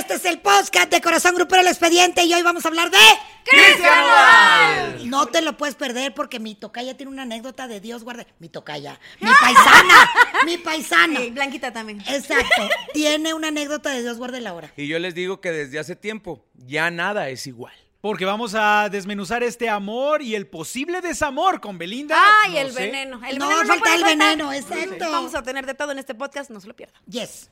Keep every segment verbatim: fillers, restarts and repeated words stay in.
Este es el podcast de Corazón Grupero El Expediente y hoy vamos a hablar de... ¡Cristian Nodal! No te lo puedes perder porque mi tocaya tiene una anécdota de Dios guarde... Mi tocaya, mi paisana, mi paisana. Sí, Blanquita también. Exacto, tiene una anécdota de Dios guarde la hora. Y yo les digo que desde hace tiempo ya nada es igual. Porque vamos a desmenuzar este amor y el posible desamor con Belinda. Ay, no el sé. veneno. El No, veneno falta puede el faltar. veneno, exacto. Vamos a tener de todo en este podcast, no se lo pierdan. Yes.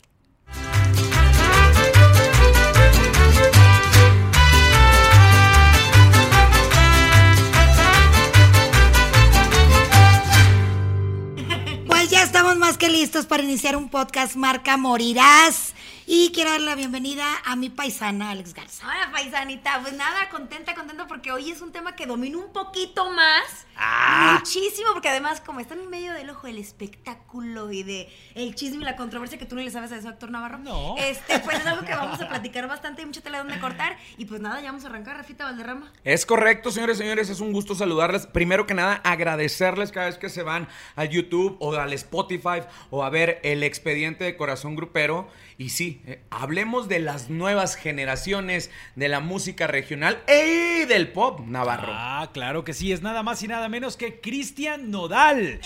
Pues ya estamos más que listos para iniciar un podcast marca Morirás. Y quiero dar la bienvenida a mi paisana, Alex Garza. Hola, paisanita. Pues nada, contenta, contenta porque hoy es un tema que domino un poquito más. Ah. Muchísimo, porque además, como están en medio del ojo del espectáculo y de el chisme y la controversia que tú no le sabes a eso, Héctor Navarro. No. Este, pues es algo que vamos a platicar bastante, hay mucha tela donde cortar. Y pues nada, ya vamos a arrancar, Rafita Valderrama. Es correcto, señores y señores, es un gusto saludarles. Primero que nada, agradecerles cada vez que se van al YouTube o al Spotify o a ver el expediente de Corazón Grupero. Y sí, eh, hablemos de las nuevas generaciones de la música regional y del pop navarro. Ah, claro que sí, es nada más y nada menos que Cristian Nodal. ¡Eh!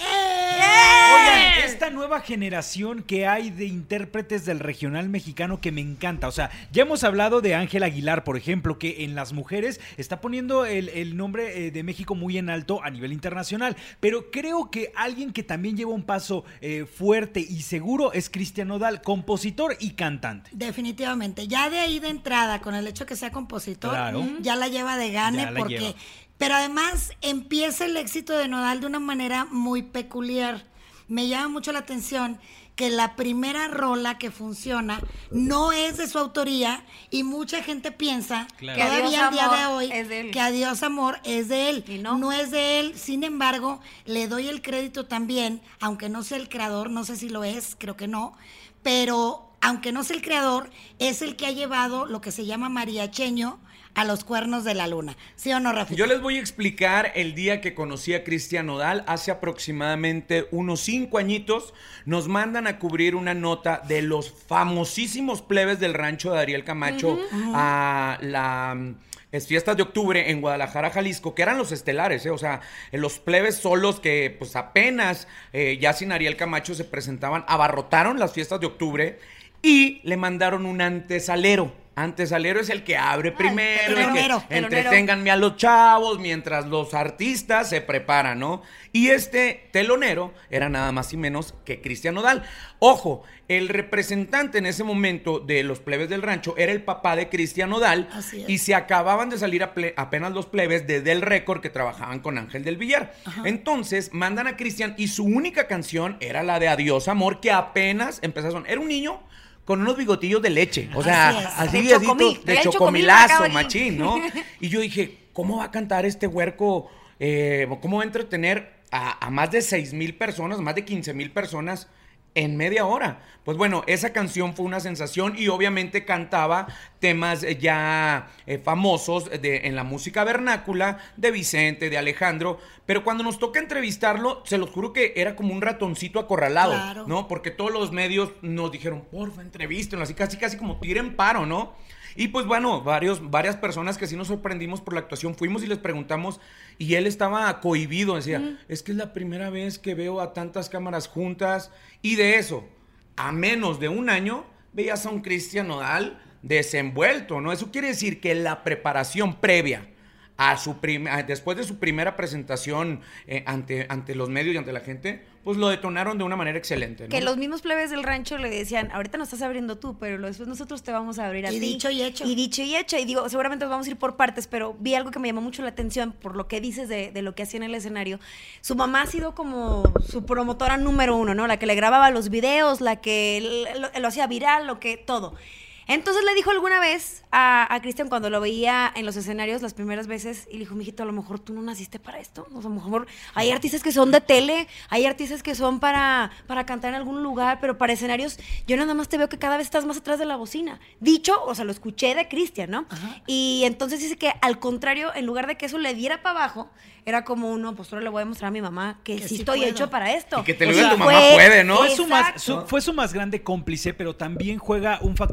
Oigan, esta nueva generación que hay de intérpretes del regional mexicano que me encanta. O sea, ya hemos hablado de Ángel Aguilar, por ejemplo, que en las mujeres está poniendo el, el nombre eh, de México muy en alto a nivel internacional. Pero creo que alguien que también lleva un paso eh, fuerte y seguro es Cristian Nodal, compositor y cantante. Definitivamente. Ya de ahí de entrada, con el hecho que sea compositor, Claro. ya la lleva de gane Ya la porque... lleva. Pero además empieza el éxito de Nodal de una manera muy peculiar. Me llama mucho la atención que la primera rola que funciona no es de su autoría y mucha gente piensa, Claro. Que todavía Adiós, al día de Amor hoy, es de él. que Adiós Amor es de él. Y no. es de él, sin embargo, le doy el crédito también, aunque no sea el creador, no sé si lo es, creo que no, pero aunque no sea el creador, es el que ha llevado lo que se llama mariacheño a los cuernos de la luna. ¿Sí o no, Rafa? Yo les voy a explicar el día que conocí a Cristian Nodal. Hace aproximadamente unos cinco añitos nos mandan a cubrir una nota de los famosísimos plebes del rancho de Ariel Camacho uh-huh. a la... Es fiestas de octubre en Guadalajara, Jalisco, que eran los estelares, ¿eh? O sea, los plebes solos que pues apenas eh, ya sin Ariel Camacho se presentaban, abarrotaron las fiestas de octubre y le mandaron un antesalero. Antesalero es el que abre primero, el el que telonero. entreténganme a los chavos mientras los artistas se preparan, ¿no? Y este telonero era nada más y menos que Cristian Nodal. Ojo, el representante en ese momento de los plebes del rancho era el papá de Cristian Nodal. Así es. Y se acababan de salir a ple- apenas los plebes de Del Record que trabajaban con Ángel del Villar. Ajá. Entonces mandan a Cristian y su única canción era la de Adiós Amor, que apenas empezó a sonar. Era un niño con unos bigotillos de leche, o sea, Así es. así, De así, chocomil, de traía el chocomilazo, chocomil marcado machín, ¿no? Y yo dije, ¿cómo va a cantar este huerco? Eh, ¿Cómo va a entretener a, a más de seis mil personas, más de quince mil personas en media hora? Pues bueno, esa canción fue una sensación y obviamente cantaba temas ya eh, famosos de, en la música vernácula de Vicente, de Alejandro, pero cuando nos toca entrevistarlo, se los juro que era como un ratoncito acorralado, Claro. ¿no? Porque todos los medios nos dijeron, porfa, entrevístenlo, así casi casi como tiren paro, ¿no? Y pues bueno, varios, varias personas que sí nos sorprendimos por la actuación, fuimos y les preguntamos y él estaba cohibido, decía, mm. es que es la primera vez que veo a tantas cámaras juntas y de eso, a menos de un año, veías a un Cristian Nodal desenvuelto, ¿no? Eso quiere decir que la preparación previa a su prim- a, después de su primera presentación eh, ante, ante los medios y ante la gente, pues lo detonaron de una manera excelente, ¿no? Que los mismos plebes del rancho le decían, ahorita nos estás abriendo tú, pero después nosotros te vamos a abrir a Y ti. dicho y hecho. Y dicho y hecho. Y digo, seguramente vamos a ir por partes, pero vi algo que me llamó mucho la atención por lo que dices de, de lo que hacía en el escenario. Su mamá ha sido como su promotora número uno, ¿no? La que le grababa los videos, la que lo, lo hacía viral, lo que todo. Entonces le dijo alguna vez a, a Cristian cuando lo veía en los escenarios las primeras veces y le dijo, mijito, a lo mejor tú no naciste para esto, o sea, a lo mejor hay artistas que son de tele, hay artistas que son para, para cantar en algún lugar, pero para escenarios yo nada más te veo que cada vez estás más atrás de la bocina. Dicho, o sea, lo escuché de Cristian, ¿no? Ajá. Y entonces dice que al contrario, en lugar de que eso le diera para abajo, era como uno, pues ahora le voy a mostrar a mi mamá que, que sí, sí estoy puedo. Hecho para esto. Y que te lo diga tu mamá puede, ¿no? Fue su, más, su, fue su más grande cómplice, pero también juega un factor importante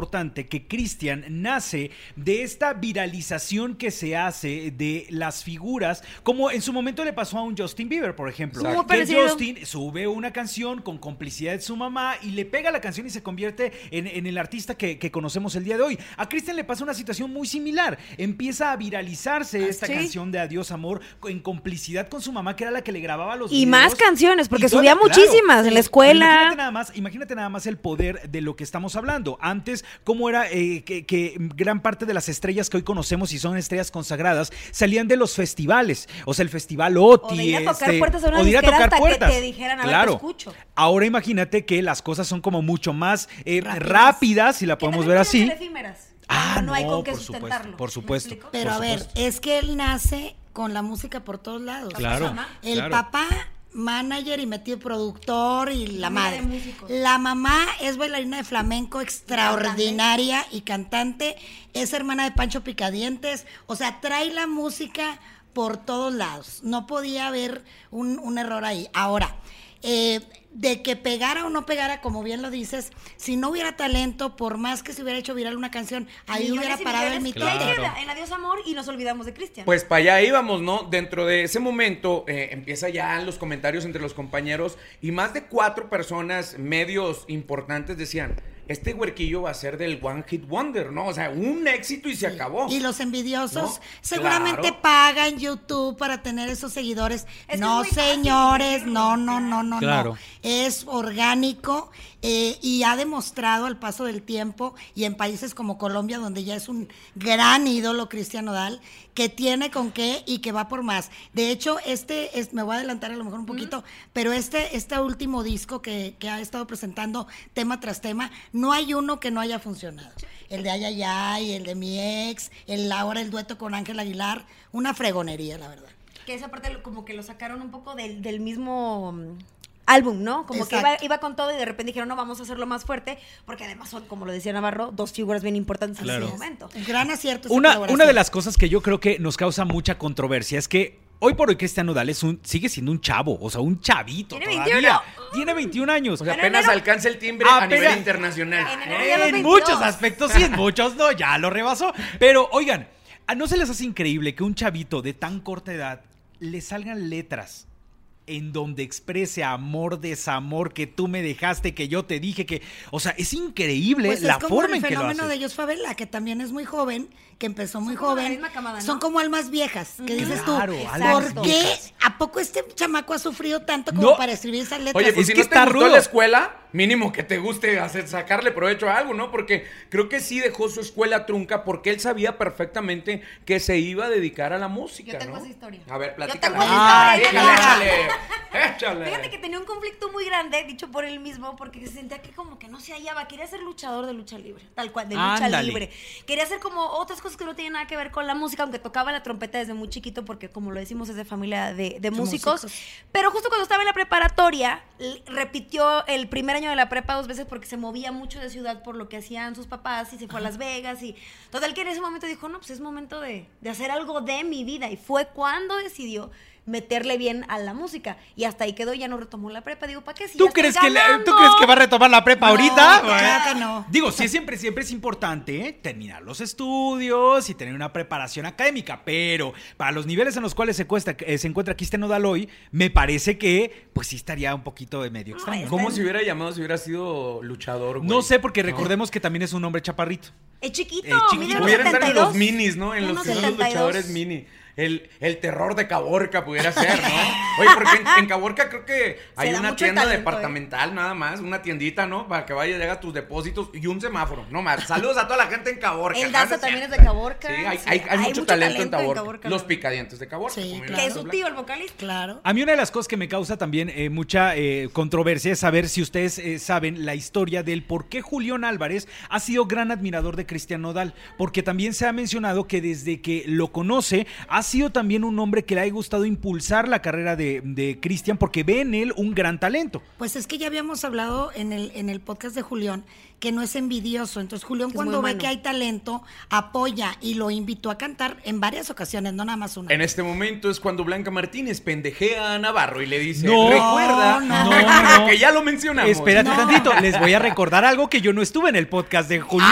importante que Cristian nace de esta viralización que se hace de las figuras, como en su momento le pasó a un Justin Bieber, por ejemplo. Muy Que parecido. Justin sube una canción con complicidad de su mamá y le pega la canción y se convierte en, en el artista que, que conocemos el día de hoy. A Cristian le pasa una situación muy similar. Empieza a viralizarse esta sí. canción de Adiós Amor en complicidad con su mamá, que era la que le grababa los Y videos. más canciones, porque Y toda- subía muchísimas en la escuela. Pero Imagínate nada más, imagínate nada más el poder de lo que estamos hablando. Antes, cómo era eh, que, que gran parte de las estrellas que hoy conocemos y son estrellas consagradas salían de los festivales. O sea, el festival O T I. O de ir a tocar este, puertas a una o de ir a disquera tocar hasta que puertas. te dijeran, a ver, Claro. te escucho. Ahora imagínate que las cosas son como mucho más eh, Rápidas. rápidas, si la Que podemos también ver pueden así. ser efímeras. Ah, Pero no hay no, con qué por supuesto, sustentarlo. por ¿Me supuesto. explico? Pero Por a ver, supuesto. es que él nace con la música por todos lados. Claro, mamá. El claro. papá, manager y metido productor y la Mamá madre. de músicos. La mamá es bailarina de flamenco extraordinaria y cantante. Es hermana de Pancho Picadientes. O sea, trae la música por todos lados. No podía haber un, un error ahí. Ahora, eh, de que pegara o no pegara, como bien lo dices, si no hubiera talento, por más que se hubiera hecho viral una canción, ahí Millones hubiera y parado el millones. mitote. Y ahí Claro. queda, en Adiós Amor, y nos olvidamos de Cristian. Pues para allá íbamos, ¿no? Dentro de ese momento eh, empieza ya los comentarios entre los compañeros y más de cuatro personas, medios importantes, decían, este huerquillo va a ser del One Hit Wonder, ¿no? O sea, un éxito y se acabó. Y los envidiosos ¿No? seguramente Claro. pagan YouTube para tener esos seguidores. Es que no, es muy fácil señores, decirlo. no, no, no, no, Claro. no. Es orgánico eh, y ha demostrado al paso del tiempo y en países como Colombia, donde ya es un gran ídolo Cristian Nodal, que tiene con qué y que va por más. De hecho, este, es, me voy a adelantar a lo mejor un poquito, pero este, este último disco que, que ha estado presentando tema tras tema, no hay uno que no haya funcionado. El de Ay, Ay, Ay, el de Mi Ex, el ahora el dueto con Ángel Aguilar, una fregonería, la verdad. Que esa parte lo- como que lo sacaron un poco del, del mismo mm, álbum, ¿no? Como que iba, Exacto. iba con todo y de repente dijeron, no, vamos a hacerlo más fuerte, porque además son, como lo decía Navarro, dos figuras bien importantes Claro. en ese momento. Un gran acierto. esa Una, colaboración. una de las cosas que yo creo que nos causa mucha controversia es que hoy por hoy Cristian Nodal es un, sigue siendo un chavo, o sea, un chavito Tiene todavía. veintiuno. Tiene veintiún años. O sea, Pero apenas enero- alcanza el timbre a Apenas- nivel internacional. En enero ya los En veintidós. muchos aspectos sí, en muchos no, ya lo rebasó. Pero, oigan, ¿a ¿no se les hace increíble que un chavito de tan corta edad le salgan letras en donde exprese amor, desamor, que tú me dejaste, que yo te dije que... O sea, es increíble Pues la es como forma el en que lo fenómeno hace. de Jos Favela, que también es muy joven, que empezó muy Son como de la joven. misma camada, ¿no? Son como almas viejas, que dices Claro, tú, almas ¿por qué? viejas. ¿A poco este chamaco ha sufrido tanto como No. para escribir esas letras? Oye, pues Es si que no te está gustó rudo. la escuela, mínimo que te guste hacer, sacarle provecho a algo, ¿no? Porque creo que sí dejó su escuela trunca porque él sabía perfectamente que se iba a dedicar a la música, Yo tengo ¿no? esa historia. A ver, Yo platícala. tengo esa Ah, historia. échale, échale, échale. Fíjate que tenía un conflicto muy grande, dicho por él mismo, porque se sentía que como que no se hallaba. Quería ser luchador de lucha libre, tal cual, de lucha Ándale. libre. Quería hacer como otras cosas que no tenían nada que ver con la música, aunque tocaba la trompeta desde muy chiquito, porque como lo decimos es de familia de, de músicos. músicos. Pero justo cuando estaba en la preparatoria, l- repitió el primer año de la prepa dos veces porque se movía mucho de ciudad por lo que hacían sus papás y se fue a Las Vegas. Y total que en ese momento dijo, no, pues es momento de, de hacer algo de mi vida. Y fue cuando decidió meterle bien a la música. Y hasta ahí quedó, ya no retomó la prepa. Digo, ¿para qué? Si ¿Tú ya estoy crees, que le- ganando? ¿Tú crees que va a retomar la prepa No, ahorita? claro que no. Digo, sí, siempre, siempre es importante ¿eh? terminar los estudios y tener una preparación académica, pero para los niveles en los cuales se, cuesta, eh, se encuentra Cristian Nodal hoy, me parece que pues sí estaría un poquito de medio extraño. es- ¿Cómo se hubiera llamado si hubiera sido luchador, güey? No sé, porque recordemos que también es un hombre chaparrito. Es chiquito, Eh, chiquito. mide unos Pudiera estar en setenta y dos. los minis, ¿no? En los Unos que son los setenta y dos. luchadores mini. El, el terror de Caborca pudiera ser, ¿no? Oye, porque en, en Caborca creo que hay Se da una mucho el tienda talento, departamental nada más, una tiendita, ¿no? Para que vayas y hagas tus depósitos y un semáforo, no más. Saludos a toda la gente en Caborca. El ¿no? Daza No también cierto. es de Caborca. Sí, hay, Sí, hay, hay hay mucho, mucho talento, talento en en Caborca. Caborca, Los la verdad. picadientes de Caborca. Sí, como bien claro. Que lo es su habla. tío, el vocalista. Claro. A mí una de las cosas que me causa también eh, mucha eh, controversia es saber si ustedes eh, saben la historia del por qué Julián Álvarez ha sido gran admirador de Cristian Nodal, porque también se ha mencionado que desde que lo conoce ha sido también un hombre que le ha gustado impulsar la carrera de, de Cristian porque ve en él un gran talento. Pues es que ya habíamos hablado en el, en el podcast de Julián que no es envidioso. Entonces, Julián, Es cuando muy ve humano. que hay talento, apoya y lo invitó a cantar en varias ocasiones, no nada más una. En este momento es cuando Blanca Martínez pendejea a Navarro y le dice, No, recuerda no, no, no. que ya lo mencionamos. Espérate No. tantito, les voy a recordar algo que yo no estuve en el podcast de Julián.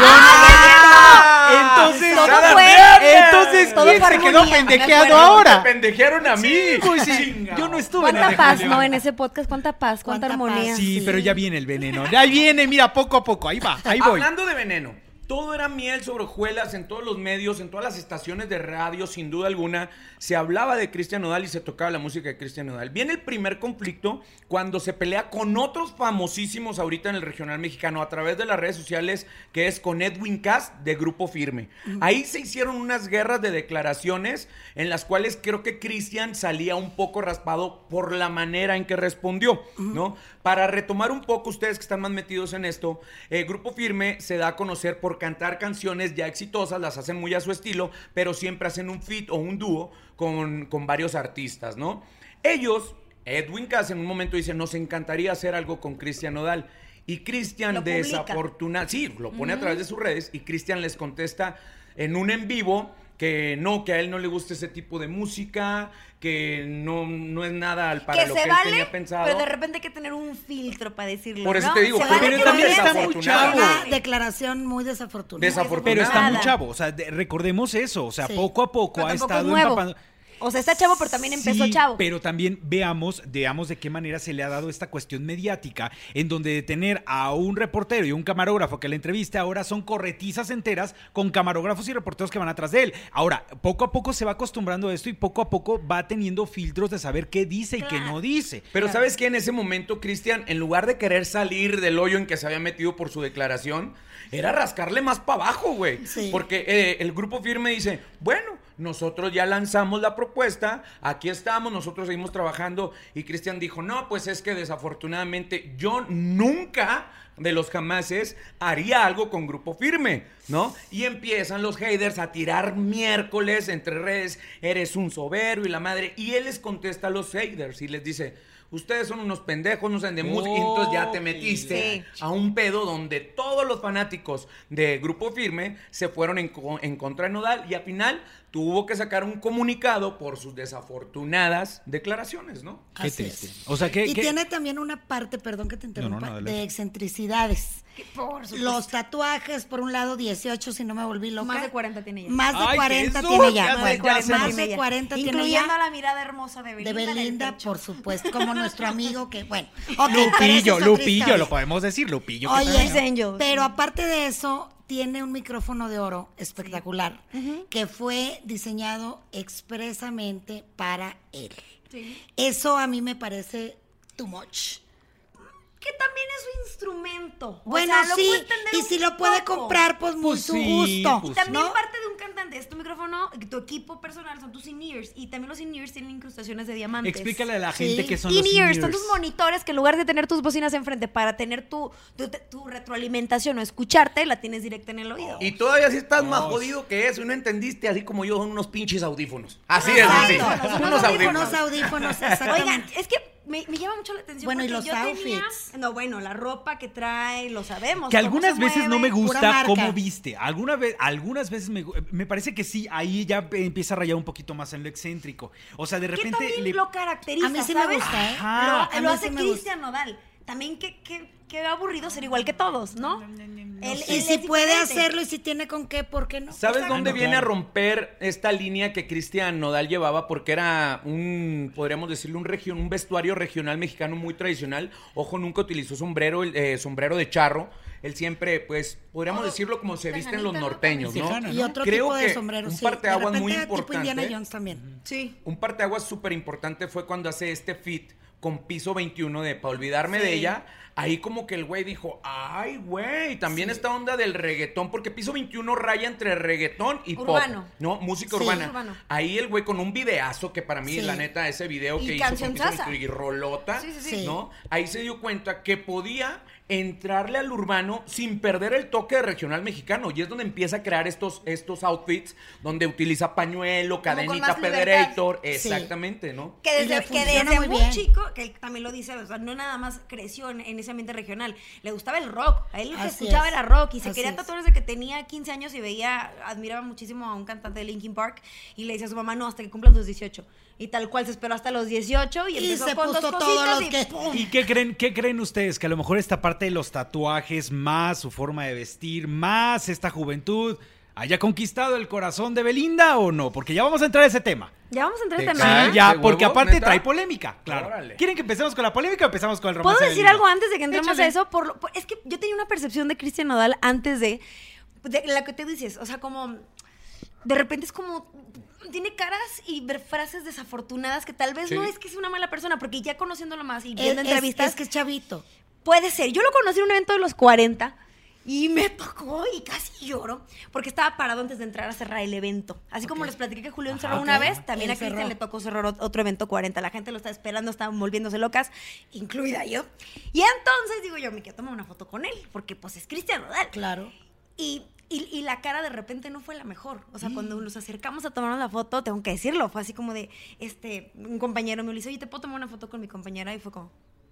¡Ah! Entonces, Todo ¡Cada fue- viernes! entonces Todo ¿quién fue se quedó armonía, me pendejeado acuerdo. ahora? Me pendejearon a mí. Pues sí, Chinga. yo no estuve en el Cuánta de paz, Julián. ¿no? En ese podcast, cuánta paz, cuánta, Cuánta armonía. paz. Sí, Sí. pero ya viene el veneno. Ya viene, mira, poco a poco. Ahí va, ahí voy. Hablando de veneno, todo era miel sobre hojuelas en todos los medios, en todas las estaciones de radio, sin duda alguna. Se hablaba de Cristian Nodal y se tocaba la música de Cristian Nodal. Viene el primer conflicto cuando se pelea con otros famosísimos ahorita en el regional mexicano a través de las redes sociales, que es con Edwin Cass de Grupo Firme. Ahí se hicieron unas guerras de declaraciones en las cuales creo que Cristian salía un poco raspado por la manera en que respondió, ¿no? Para retomar un poco, ustedes que están más metidos en esto, eh, Grupo Firme se da a conocer por cantar canciones ya exitosas, las hacen muy a su estilo, pero siempre hacen un feat o un dúo con, con varios artistas, ¿no? Ellos, Edwin Cass en un momento dice, nos encantaría hacer algo con Cristian Nodal. Y Cristian Lo publica. desafortunadamente, sí, lo pone a través de sus redes y Cristian les contesta en un en vivo que no, que a él no le gusta ese tipo de música, que no, no es nada para que lo se que vale, él tenía pensado. pero de repente hay que tener un filtro para decirlo, Por eso ¿no? te digo, Se pero vale que también no está digas- muy chavo. Una declaración muy desafortunada. Desafortunada. Pero está muy Nada. chavo, o sea, de- recordemos eso, o sea, Sí. poco a poco Pero ha tampoco estado es nuevo. empapando. O sea, está chavo, pero también empezó Sí, chavo. Pero también veamos, veamos de qué manera se le ha dado esta cuestión mediática, en donde de tener a un reportero y un camarógrafo que le entreviste, ahora son corretizas enteras con camarógrafos y reporteros que van atrás de él. Ahora, poco a poco se va acostumbrando a esto y poco a poco va teniendo filtros de saber qué dice y qué no dice. Pero ¿sabes qué? En ese momento, Cristian, en lugar de querer salir del hoyo en que se había metido por su declaración, era rascarle más para abajo, güey. Sí. Porque eh, el Grupo Firme dice, bueno, nosotros ya lanzamos la propuesta, aquí estamos, nosotros seguimos trabajando. Y Cristian dijo, no, pues es que desafortunadamente yo nunca de los jamases haría algo con Grupo Firme, ¿no? Y empiezan los haters a tirar miércoles entre redes, eres un soberbio y la madre. Y él les contesta a los haters y les dice, ustedes son unos pendejos, no saben de música. Y entonces ya te metiste Sí. a un pedo donde todos los fanáticos de Grupo Firme se fueron en, co- en contra de Nodal y al final tuvo que sacar un comunicado por sus desafortunadas declaraciones, ¿no? Qué Así triste. es. O sea, que Y tiene también una parte, perdón que te No, no, interrumpa, no, adelante. de excentricidades. Por supuesto. Los tatuajes, por un lado, dieciocho, si no me volví loca. Más de cuarenta tiene ya. Más de Ay, cuarenta Jesús, tiene ya. ya se- Bueno, ya se más nos- de cuarenta tiene Incluyendo ya. la mirada hermosa de De Belinda. en el Belinda, pecho. por supuesto, como nuestro amigo que, bueno. ok, pero esa es Lupillo, otra Lupillo, historia. lo podemos decir, Lupillo. que Oye, también, Luis Angel. pero aparte de eso, tiene un micrófono de oro espectacular que fue diseñado expresamente para él. Sí. Eso a mí me parece too much. Que también es su instrumento. O Bueno, sea, lo sí, puede entender y un si lo puede poco. comprar, pues muy Pues su sí, gusto. pues Y también ¿no? parte de un cantante es tu micrófono, tu equipo personal son tus in-ears. Y también los in-ears tienen incrustaciones de diamantes. Explícale a la Sí. gente que son los In-ears son in-ears. tus monitores que en lugar de tener tus bocinas enfrente para tener tu, tu, tu retroalimentación o escucharte, la tienes directa en el oído. Y todavía si estás más jodido que eso y no entendiste, así como yo, son unos pinches audífonos. Así es, Exacto, así. unos Unos audífonos, audífonos. audífonos, Oigan, exactamente. es que me, me llama mucho la atención. Bueno, y porque los yo tenía- outfits. no, bueno, la ropa que trae, lo sabemos. Que cómo algunas se veces no me mueve. pura gusta marca. cómo viste. Alguna vez, algunas veces me, me parece que sí, ahí ya empieza a rayar un poquito más en lo excéntrico. O sea, de ¿Qué repente también le- lo caracteriza? A mí sí me ¿sabes? gusta, ¿eh? Ajá. Lo, A lo mí hace sí me gusta. Cristian Nodal. También qué, qué, qué aburrido ser igual que todos, ¿no? Él- Y él si es puede diferente. hacerlo y si tiene con qué, ¿por qué no? ¿Sabes Exacto. dónde Ah, no, viene claro. a romper esta línea que Cristian Nodal llevaba? Porque era un, podríamos decirle, un, región, un vestuario regional mexicano muy tradicional. Ojo, nunca utilizó sombrero, eh, sombrero de charro. Él siempre, pues, podríamos Oh, decirlo como se visten los tejanita, ¿no? norteños, ¿no? Tejana, Y otro Creo tipo de que sombrero, un sí. parteaguas de muy repente, tipo importante. Indiana Jones también. Sí. Un parteaguas súper importante fue cuando hace este feat con Piso veintiuno de Pa' Olvidarme Sí. de Ella. Ahí como que el güey dijo, ay, güey, también esta onda del reggaetón, porque Piso veintiuno raya entre reggaetón y Urbano. pop, ¿no? Música Sí. urbana. Urbano. Ahí el güey con un videazo que para mí, Sí. la neta, ese video Y que hizo con canción Piso sasa. veintiuno y rolota, Sí, sí, sí. ¿no? Ahí se dio cuenta que podía entrarle al urbano sin perder el toque de regional mexicano. Y es donde empieza a crear estos, estos outfits, donde utiliza pañuelo, cadenita, federator. Exactamente, sí. ¿no? Que desde, que desde muy, muy chico, que él también lo dice, o sea, no nada más creció en, en ese ambiente regional, le gustaba el rock. A él lo que escuchaba es. era rock y se Así quería tatuar desde que tenía quince años y veía, admiraba muchísimo a un cantante de Linkin Park y le decía a su mamá, no, hasta que cumplan tus dieciocho. Y tal cual se esperó hasta los dieciocho y, y empezó se con puso dos todo cositas lo y que... ¡pum! ¿Y qué creen, qué creen ustedes? Que a lo mejor esta parte de los tatuajes, más su forma de vestir, más esta juventud, haya conquistado el corazón de Belinda o no? Porque ya vamos a entrar a ese tema. Ya vamos a entrar a ese Sí, tema. ya, ¿De porque huevo, aparte neta? trae polémica, claro. Órale. ¿Quieren que empecemos con la polémica o empezamos con el romance ¿Puedo de decir Belinda? algo antes de que entremos Échale. a eso? Por, lo- por- es que yo tenía una percepción de Cristian Nodal antes de, de la que te dices, o sea, como de repente es como tiene caras y ver frases desafortunadas que tal vez Sí. no es que sea una mala persona, porque ya conociéndolo más y Es, viendo es- entrevistas, es que es chavito. puede ser. Yo lo conocí en un evento de los cuarenta y me tocó y casi lloro porque estaba parado antes de entrar a cerrar el evento. Así como les platiqué que Julián cerró ok. una vez, también Él a Cristian cerró. le tocó cerrar ot- otro evento cuarenta. La gente lo estaba esperando, estaban volviéndose locas, incluida yo. Y entonces digo yo, me quiero tomar una foto con él porque pues es Cristian Nodal. Claro. Y, y, y la cara de repente no fue la mejor. O sea, cuando nos acercamos a tomarnos la foto, tengo que decirlo, fue así como de, este, un compañero me dice, oye, ¿te puedo tomar una foto con mi compañera? Y fue como,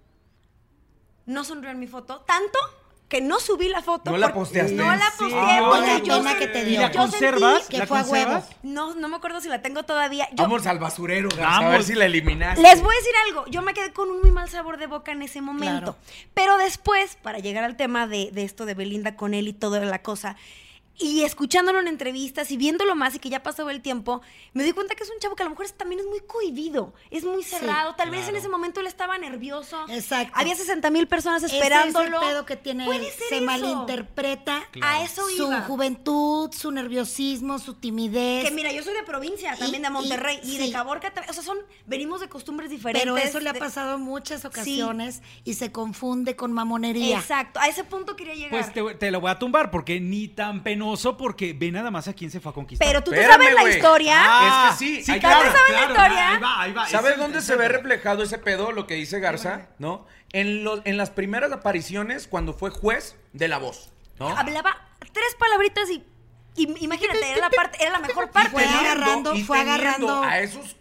no sonrió en mi foto, tanto que no subí la foto. No la porque- posteaste. No la ¿En posteé serio? porque La yo, pena sen- que te ¿Y dio. la yo conservas? sentí que ¿La fue a conservas? huevo. No, no me acuerdo si la tengo todavía. Yo, Vamos al basurero, Garza, a Vamos. ver si la eliminaste. les voy a decir algo, yo me quedé con un muy mal sabor de boca en ese momento. Claro. Pero después, para llegar al tema de, de esto de Belinda con él y toda la cosa, y escuchándolo en entrevistas y viéndolo más y que ya pasó el tiempo, me di cuenta que es un chavo que a lo mejor es- también es muy cohibido, es muy cerrado. Tal vez en claro. ese momento él estaba nervioso. Exacto. Había sesenta mil personas Ese esperándolo. es el pedo que tiene Puede él. ser Se eso. malinterpreta A eso su iba. juventud, su nerviosismo, su timidez. Que mira, yo soy de provincia, también de Y- Monterrey y, y- de sí. Caborca también. O sea, son, venimos de costumbres diferentes. Pero eso le ha de- pasado en muchas ocasiones y se confunde con mamonería. Exacto, a ese punto quería llegar. Pues te, te lo voy a tumbar porque ni tan penoso porque ve nada más a quién se fue a conquistar. Pero tú te Espérame, sabes la güey. historia. Ah, es que sí, sí, hay- claro, ¿Ya te sabes la claro, historia? ahí va, ahí va. ¿Sabes Es- dónde es- se ve reflejado ese pedo, lo que dice Garza? ¿No? En, los, en las primeras apariciones cuando fue juez de La Voz, ¿no? Hablaba tres palabritas y, y- imagínate, era la parte, era la mejor parte. fue ¿no? agarrando, y fue teniendo agarrando. a esos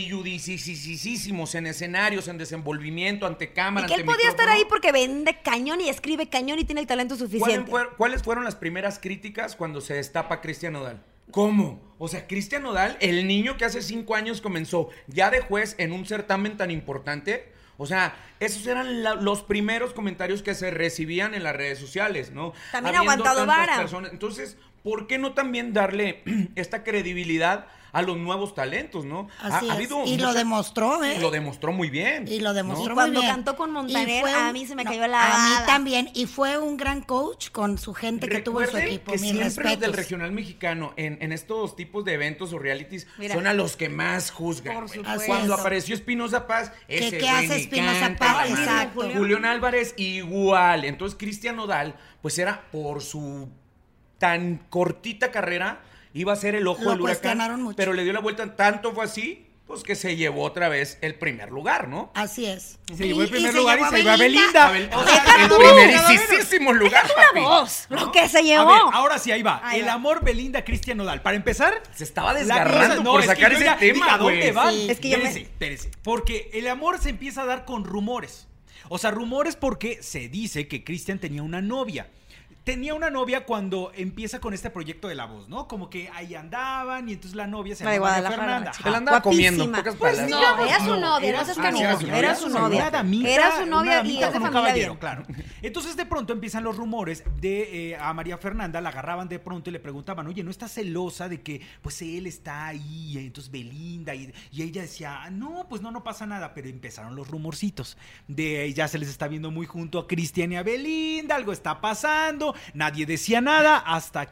colmilludicísimos en escenarios, en desenvolvimiento, ante Y cámara, que él ante podía estar micrófono. ahí porque vende cañón y escribe cañón y tiene el talento ¿Cuáles suficiente. fueron, ¿Cuáles fueron las primeras críticas cuando se destapa Cristian Nodal? ¿Cómo? O sea, Cristian Nodal, el niño que hace cinco años comenzó ya de juez en un certamen tan importante. O sea, esos eran la- los primeros comentarios que se recibían en las redes sociales, ¿no? También ha Habiendo aguantado tantas vara. personas. Entonces, ¿por qué no también darle esta credibilidad a los nuevos talentos, no? Así Ha- ha es. habido Y lo muchas- demostró, ¿eh? Y lo demostró muy bien. Y lo demostró ¿no? muy Cuando bien. cantó con Y Montaner, fue a un- mí se me no, cayó la A mí baba. también. Y fue un gran coach con su gente que tuvo en su Recuerden equipo. que Mis siempre los del respetos. regional mexicano en, en estos tipos de eventos o realities Mira. son a los que más juzgan. Por güey. supuesto. Cuando Así es. apareció Espinoza Paz, ¿Qué- ese qué güey hace ni Espinoza canta, Paz? la madre. Exacto. Julián Álvarez igual. Entonces Cristian Nodal, pues era por su tan cortita carrera, iba a ser el ojo Lo del huracán. cuestionaron mucho. Pero le dio la vuelta, tanto fue así, pues que se llevó otra vez el primer lugar, ¿no? Así es. Se llevó el Y- primer se lugar y llevó se llevó a Belinda. Abel- O o sea, sea, el tú, primerísimo lugar, papi. Una voz, lo que se A llevó. ver, ahora sí, ahí va. Ahí el va. amor Belinda Cristian Nodal. Para empezar, Se estaba la desgarrando cosa- no, por es que sacar yo ese ya dije, tema, ¿a dónde güey. van? Sí. Es que yo me- Espérese, espérese. Porque el amor se empieza a dar con rumores. O sea, rumores porque se dice que Cristian tenía una novia. Tenía una novia cuando empieza con este proyecto de La Voz, ¿no? Como que ahí andaban y entonces la novia se La de llama María Guadalajara, Fernanda. la Se la Ajá. andaba comiendo, en Guapísima. pocas Pues palabras. no, era su novia, era no seas su- canijo. era su novia, Era su una novia. Una damita, Era su una novia y damita es de con un familia caballero, bien. claro. Entonces de pronto empiezan los rumores de eh, a María Fernanda, la agarraban de pronto y le preguntaban, oye, ¿no estás celosa de que pues él está ahí, y entonces Belinda? Y, y ella decía, "Ah, no, pues no, no pasa nada", pero empezaron los rumorcitos de ya se les está viendo muy junto a Cristian y a Belinda, algo está pasando, nadie decía nada hasta que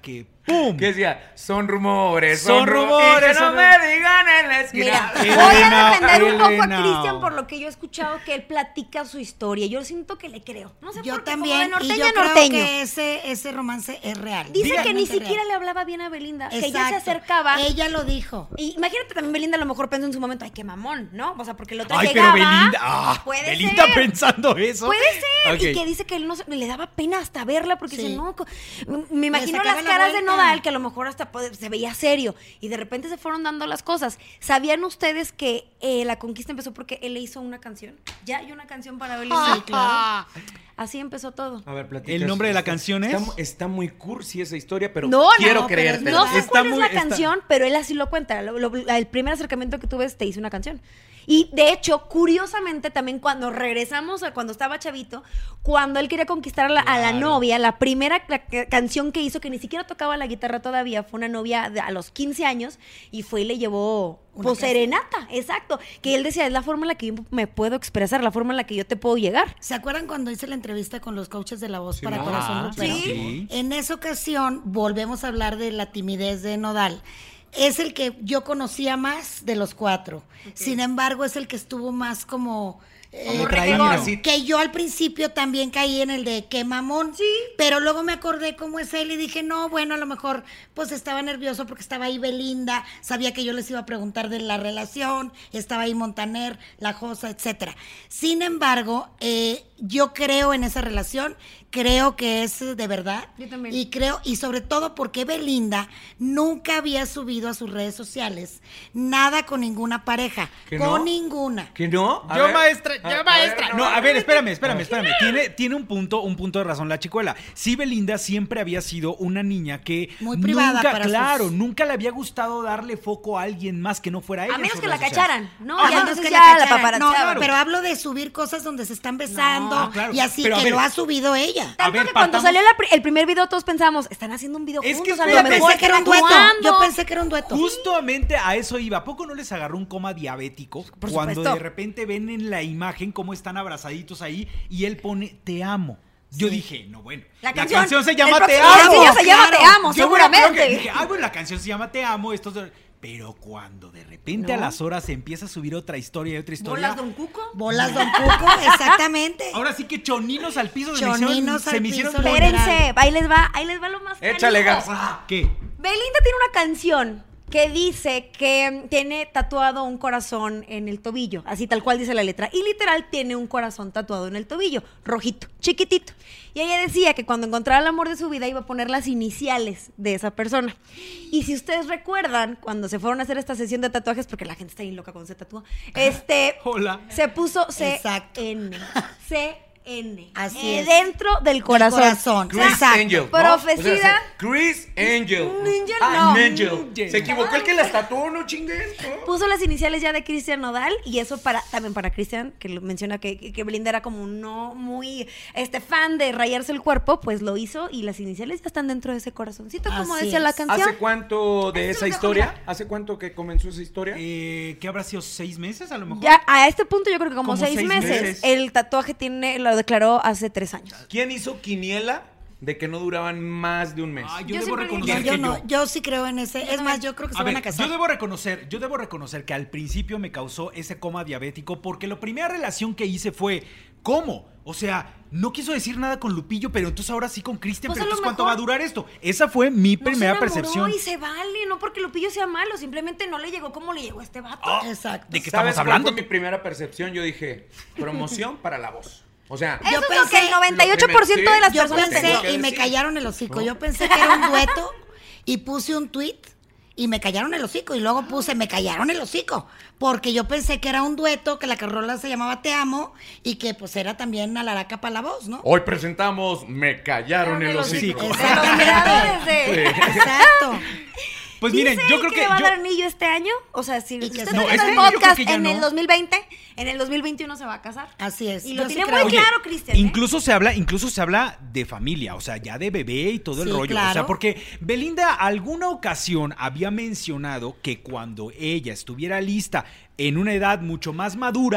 ¡Pum! Que decía, son rumores, son, Son rumores, rumores, y que no son me rumores. digan en la esquina. Mira, voy Elena, a defender un poco a Elena. Cristian por lo que yo he escuchado que él platica su historia. Yo siento que le creo. No sé Yo por qué, también, como de y norteño yo a creo norteño. que ese, ese romance es real. Dice que ni Totalmente siquiera real. le hablaba bien a Belinda, que ya se Exacto. acercaba. Ella lo dijo. Y imagínate también Belinda a lo mejor pensó en su momento, ay, qué mamón, ¿no? O sea, porque el otro Ay, llegaba. pero Belinda. Ah, puede Belinda ser. pensando eso. Puede ser. Ok. Y que dice que él no se- le daba pena hasta verla porque Sí. dice, no. co- Me imagino sacaba las la caras de vuelta. Nodal que a lo mejor hasta puede- se veía serio. Y de repente se fueron dando las cosas. ¿Sabían ustedes que eh, la conquista empezó porque él le hizo una canción? Ya hay una canción para Belinda. Sí, claro. Así empezó todo. A ver, platica. ¿El nombre de la Está- canción es? Está, mu- está muy cursi esa historia, pero No, quiero no, pero es creerte. No sé Está cuál muy- es la está- canción, pero él así lo cuenta. Lo- lo- el primer acercamiento que tuve es te hice una canción. Y de hecho, curiosamente, también cuando regresamos a cuando estaba chavito, cuando él quería conquistar a la, a la Claro. novia, la primera la ca- canción que hizo, que ni siquiera tocaba la guitarra todavía, fue una novia de- a los quince años y fue y le llevó Una pues, canción. serenata, exacto. Que él decía, es la forma en la que yo me puedo expresar, la forma en la que yo te puedo llegar. ¿Se acuerdan cuando hice la entrevista con los coaches de la voz Sí, para ¿no? Corazón Ah, Grupero? sí. En esa ocasión volvemos a hablar de la timidez de Nodal. Es el que yo conocía más de los cuatro. Sin embargo, es el que estuvo más como... eh, Como retraído. Así- que yo al principio también caí en el de qué mamón. Sí. Pero luego me acordé cómo es él y dije, no, bueno, a lo mejor pues estaba nervioso porque estaba ahí Belinda, sabía que yo les iba a preguntar de la relación, estaba ahí Montaner, La Josa, etcétera. Sin embargo, eh, yo creo en esa relación, creo que es eh, de verdad. Yo también. Y creo, y sobre todo porque Belinda nunca había subido a sus redes sociales nada con ninguna pareja. ¿Que Con no? ninguna. ¿Que no? A Yo ver. maestra, A- yo a maestra. ver, No, a ver, espérame, espérame, A ver. espérame. Tiene, tiene un punto, un punto de razón la chicuela. Sí, Belinda siempre había sido una niña que Muy privada nunca, para claro, sus- nunca le había gustado darle foco a alguien más que no fuera ella. A en menos sus que la redes sociales. cacharan, ¿no? Ajá, Ya no entonces es que ya la la cacharan. No, paparazziaban. pero hablo de subir cosas donde se están besando No, claro. y así, Pero a que ver. lo ha subido ella. A Tanto ver, que cuando partamos- salió la pri- el primer video todos pensábamos, están haciendo un video Es que juntos, a espera, lo Yo mejor pensé que era un están dueto. actuando. Yo pensé que era un dueto. Justamente a eso iba. ¿A poco no les agarró un coma diabético Por cuando supuesto. de repente ven en la imagen cómo están abrazaditos ahí y él pone te amo? Yo Sí. dije, no, bueno. La La, canción- canción, se el llama Te próximo amo. sencillo se llama Te amo, Yo me acuerdo seguramente. que dije, ah, bueno, la canción se llama Te amo. Estos dos- Pero cuando de repente a No. las horas se empieza a subir otra historia y otra historia. ¿Bolas Don Cuco? Bolas Don Cuco, exactamente. Ahora sí que choninos al piso se me Choninos hicieron, al se me hicieron piso, bolas. Espérense, ahí les va, ahí les va lo más Échale canijo. gas. ¿Qué? Belinda tiene una canción que dice que tiene tatuado un corazón en el tobillo, así tal cual dice la letra, y literal tiene un corazón tatuado en el tobillo, rojito, chiquitito. Y ella decía que cuando encontrara el amor de su vida iba a poner las iniciales de esa persona. Y si ustedes recuerdan, cuando se fueron a hacer esta sesión de tatuajes, porque la gente está bien loca cuando se tatúa, este, Hola. se puso C Exacto. N. C N. Así eh, es. Dentro del corazón. corazón. Chris Exacto. Angel. ¿no? Profecida. O sea, se- Chris Angel. Angel, Ah, no. Angel. Angel. Se equivocó el que las tatuó, no chingues. ¿no? Puso las iniciales ya de Cristian Nodal y eso para también para Cristian, que lo menciona que, que Belinda era como no muy este fan de rayarse el cuerpo, pues lo hizo y las iniciales ya están dentro de ese corazoncito, como Así decía la es. canción. ¿Hace cuánto de Eso esa es lo historia? mejor. ¿Hace cuánto que comenzó esa historia? Eh, ¿Qué habrá sido? ¿Seis meses a lo mejor? Ya a este punto yo creo que como, Como seis, seis meses. meses. El tatuaje tiene lo declaró hace tres años. ¿Quién hizo quiniela de que no duraban más de un mes? Ah, yo, Yo debo siempre reconocer Yo, que yo no, yo... yo sí creo en ese. Es más, yo creo que se A van ver, a casar. yo debo reconocer, yo debo reconocer que al principio me causó ese coma diabético porque la primera relación que hice fue ¿cómo? O sea, no quiso decir nada con Lupillo, pero entonces ahora sí con Cristian, Pues pero a lo entonces ¿cuánto va mejor- a durar esto? Esa fue mi No primera se enamoró percepción. y se vale, no porque Lupillo sea malo, simplemente no le llegó como le llegó a este vato. Exacto. ¿De qué ¿Sabes estamos cuál hablando? fue mi primera percepción? Yo dije, promoción para la voz. O sea, Eso Yo es lo que el pensé- noventa y ocho por ciento de las Yo personas pensé pensó. que y me decir. callaron el hocico. Yo pensé que era un dueto y puse un tweet y me callaron el hocico. Y luego puse, me callaron el hocico. Porque yo pensé que era un dueto, que la carrola se llamaba Te Amo y que pues era también Alaraca para la voz, ¿no? hoy presentamos Me callaron el hocico. hocico. Exactamente. Exacto. Pues miren, Dice yo creo que, que, le va yo- a dar anillo este año. O sea, si que usted se- no, No, el este año yo creo podcast que ya en no. el dos mil veinte, en el dos mil veintiuno se va a casar. Así es. Y Yo lo sí tiene creo. muy Oye, claro, Cristian. ¿eh? Incluso se habla, incluso se habla de familia, o sea, ya de bebé y todo el Sí, rollo. O sea, claro. porque Belinda alguna ocasión había mencionado que cuando ella estuviera lista en una edad mucho más madura,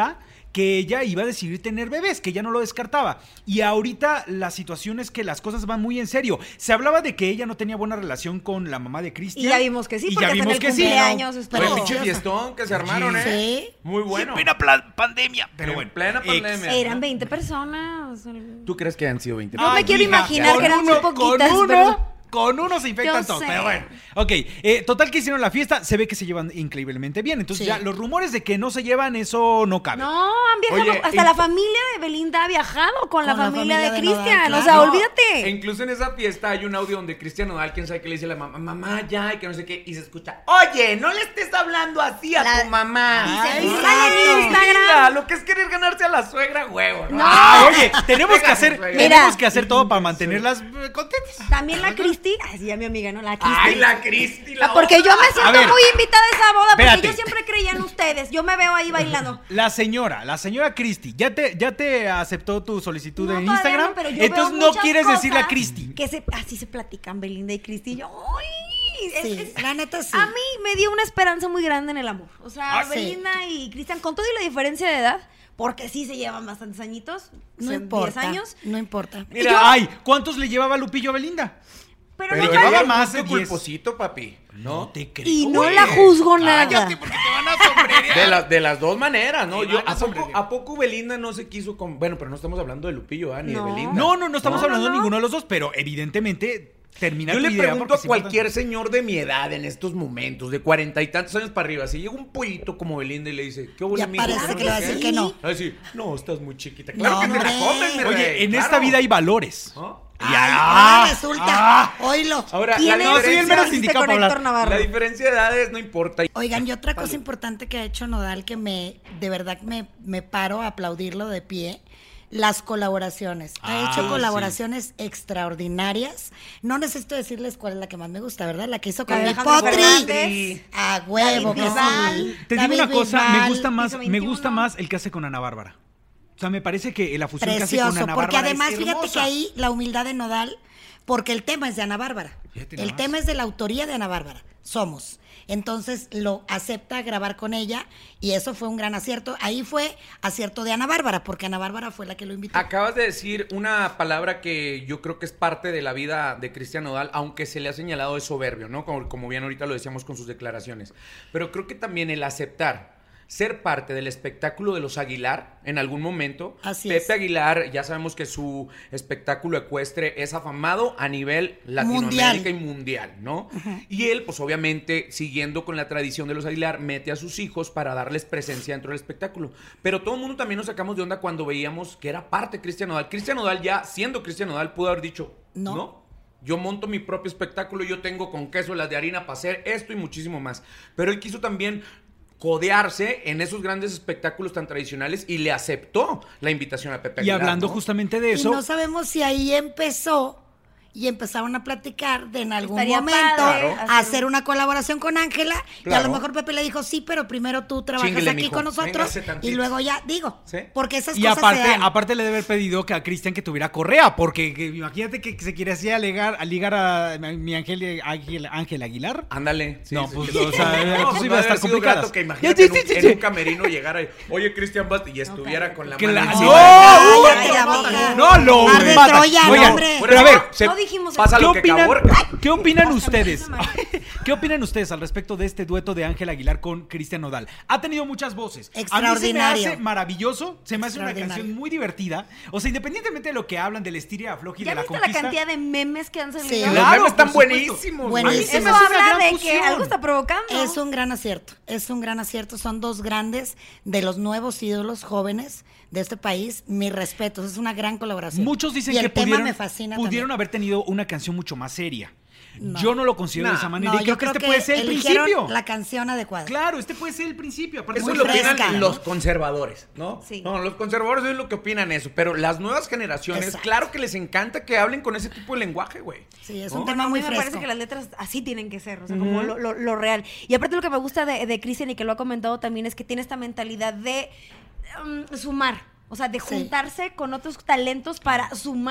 que ella iba a decidir tener bebés, que ella no lo descartaba. Y ahorita la situación es que las cosas van muy en serio. Se hablaba de que ella no tenía buena relación con la mamá de Cristian. Y ya vimos que sí, y porque ya hasta en vimos el que sí. cumpleaños Fue estuvo. el pinche fiestón que se armaron, ¿eh? Sí. Muy bueno. En plena pla- pandemia. Pero En bueno. plena Ex- pandemia. Eran veinte personas. ¿Tú crees que han sido veinte? No me Ay, quiero hija, imaginar con que eran muy uno- poquitas, Con uno, pero- con uno se infectan Yo todos, sé. pero bueno. Ok, eh, total que hicieron la fiesta, se ve que se llevan increíblemente bien. Entonces Sí. ya los rumores de que no se llevan, eso no cabe. No, han viajado. Oye, hasta y- la familia de Belinda ha viajado con, la Con la familia, familia de de Cristian. Nodal, O sea, claro. olvídate. E incluso en esa fiesta hay un audio donde Cristian Nodal, quién sabe qué le dice a la mamá, mamá ya, y que no sé qué, y se escucha, oye, no le estés hablando así a La- tu mamá. Dice, Ay, sale en linda, Instagram. lo que es querer ganarse a la suegra, huevo, ¿no? Ah, oye, tenemos que hacer, Mira. tenemos que hacer todo para mantenerlas eh, contentas. También la Cristi. Ay, sí, a mi amiga, ¿no? La Cristi. Ay, la Cristi, la Ah, porque yo me A siento ver. muy invitada a esa boda, Espérate. porque yo siempre creía en ustedes. Yo me veo ahí bailando. La señora, la señora Cristi, ¿ya te, ya te aceptó tu solicitud No, de todavía Instagram? no, pero yo Entonces veo no muchas quieres decir la cosas Cristi. Que se, así se platican Belinda y Cristi. Y yo, ¡ay! Es- Sí, es- la neta sí. A mí me dio una esperanza muy grande en el amor. O sea, Ah, sí. Belinda y Cristian, con todo y la diferencia de edad, porque sí se llevan bastantes añitos, No son importa. diez años. No importa. Mira, yo- Ay, ¿cuántos le llevaba Lupillo a Belinda? Pero, Pero no llevaba vale- ella más más de de diez. culposito, papi, ¿no? te creo. Y no Oye, la juzgo nada. Cállate porque te van a sombrerear. De, la- de las dos maneras, ¿no? Sí, Yo, van a ¿a, poco, sombrerear. ¿A poco Belinda no se quiso con...? Bueno, pero no estamos hablando de Lupillo, ¿ah? Ni No. de Belinda. No, no, no estamos No, hablando no, de no. ninguno de los dos, pero evidentemente termina Yo tu le idea pregunto porque a sí cualquier señor de mi edad en estos momentos, de cuarenta y tantos años para arriba, si llega un pollito como Belinda y le dice, ¿qué huele, Ya mijo? parece ¿Qué que le va a qué? decir que no. Va a decir, no, estás muy chiquita. Claro No, que te la hombre. comes, mi rey. Oye, en claro. esta vida hay valores. ¿No? Ay, Ah, ahora resulta. ah. Oílo. Ahora, ¿Quién la es? no, soy el diferencia, menos indicado para hablar. Héctor Navarro. la diferencia de edades no importa. Oigan, y otra cosa importante que ha hecho Nodal que me, de verdad me, me paro a aplaudirlo de pie, las colaboraciones. Ha Ah, hecho sí. colaboraciones extraordinarias. No necesito decirles cuál es la que más me gusta, ¿verdad? La que hizo con La de mi Alejandro potri. Fernández. A huevo, David que Bisbal. sí. Te digo David una cosa, me Bisbal. gusta más, piso me veintiuno. gusta más el que hace con Ana Bárbara. O sea, me parece que la fusión que hace Precioso, con Ana porque Bárbara además, es fíjate que hermosa. ahí la humildad de Nodal, porque el tema es de Ana Bárbara. Fíjate El nomás. tema es de la autoría de Ana Bárbara. Somos. Entonces lo acepta grabar con ella y eso fue un gran acierto. Ahí fue acierto de Ana Bárbara, porque Ana Bárbara fue la que lo invitó. Acabas de decir una palabra que yo creo que es parte de la vida de Cristian Nodal, aunque se le ha señalado de soberbio, ¿no? Como, como bien ahorita lo decíamos con sus declaraciones. Pero creo que también el aceptar ser parte del espectáculo de los Aguilar en algún momento. Así Pepe es. Aguilar, ya sabemos que su espectáculo ecuestre es afamado a nivel Latinoamérica Mundial. y mundial, ¿no? Y él, pues obviamente, siguiendo con la tradición de los Aguilar, mete a sus hijos para darles presencia dentro del espectáculo. Pero todo el mundo también nos sacamos de onda cuando veíamos que era parte de Cristian Nodal. Cristian Nodal, ya siendo Cristian Nodal, pudo haber dicho, No. no. Yo monto mi propio espectáculo, yo tengo con queso las de harina para hacer esto y muchísimo más. Pero él quiso también codearse en esos grandes espectáculos tan tradicionales y le aceptó la invitación a Pepe Y Aguilar, hablando ¿no? justamente de Y eso, no sabemos si ahí empezó y empezaron a platicar de en algún Estaría momento padre Claro. hacer una colaboración con Ángela y a Claro. lo mejor Pepe le dijo sí, pero primero tú trabajas Chinguele, aquí mijo. con nosotros Véngase tantito. y luego ya digo, Sí. porque esas y cosas aparte, se dan. aparte le debe haber pedido que a Cristian que tuviera correa, porque que- imagínate que, que se quiere así alegar, a ligar a mi Ángel Ángel, Ángel Aguilar. Ándale. sí, No, sí, pues, sí. o sea, No, pues no iba a debe estar haber sido complicadas. grato que imagínate Sí, en, sí, un, sí, en sí. un camerino llegara y, oye, Cristian Bast y estuviera con la Que mano la- encima. ¡No! Ay, ¡Uy, ay, qué la mata! boca. No, lo Mar de mata. Troya, no, Oigan, hombre. pero a ver, se- No dijimos pasa eso. lo ¿Qué que opinan, caborca. ¿Qué opinan Hasta ustedes? me hizo mal. ¿Qué opinan ustedes al respecto de este dueto de Ángel Aguilar con Cristian Nodal? Ha tenido muchas voces. A mí se me Extraordinario. hace maravilloso, se me hace una Extraordinario. canción muy divertida. O sea, independientemente de lo que hablan del estiria afloji ¿Ya de la viste la conquista. cantidad de memes que han salido? Sí. Los Claro, memes están por supuesto. buenísimos. Buenísimo. güey. A mí se Eso me hace una habla gran de fusión. que algo está provocando. Es un gran acierto, es un gran acierto. Son dos grandes de los nuevos ídolos jóvenes de este país. Mis respetos, es una gran colaboración. Muchos dicen y que el tema pudieron, me fascina pudieron también. haber tenido una canción mucho más seria. No. Yo no lo considero No, de esa manera. No, y creo yo que creo este que puede ser el eligieron principio. la canción adecuada. Claro, este puede ser el principio. Aparte, Eso Muy lo fresca, opinan ¿no? los conservadores, ¿no? Sí. No, los conservadores es lo que opinan eso, pero las nuevas generaciones, Exacto. claro que les encanta que hablen con ese tipo de lenguaje, güey. Sí, es ¿No? un Bueno, tema a mí muy me fresco. parece que las letras así tienen que ser, o sea, como lo, lo- lo real. Y aparte lo que me gusta de, de Cristian y que lo ha comentado también es que tiene esta mentalidad de um, sumar, o sea, de Sí. juntarse con otros talentos para sumar.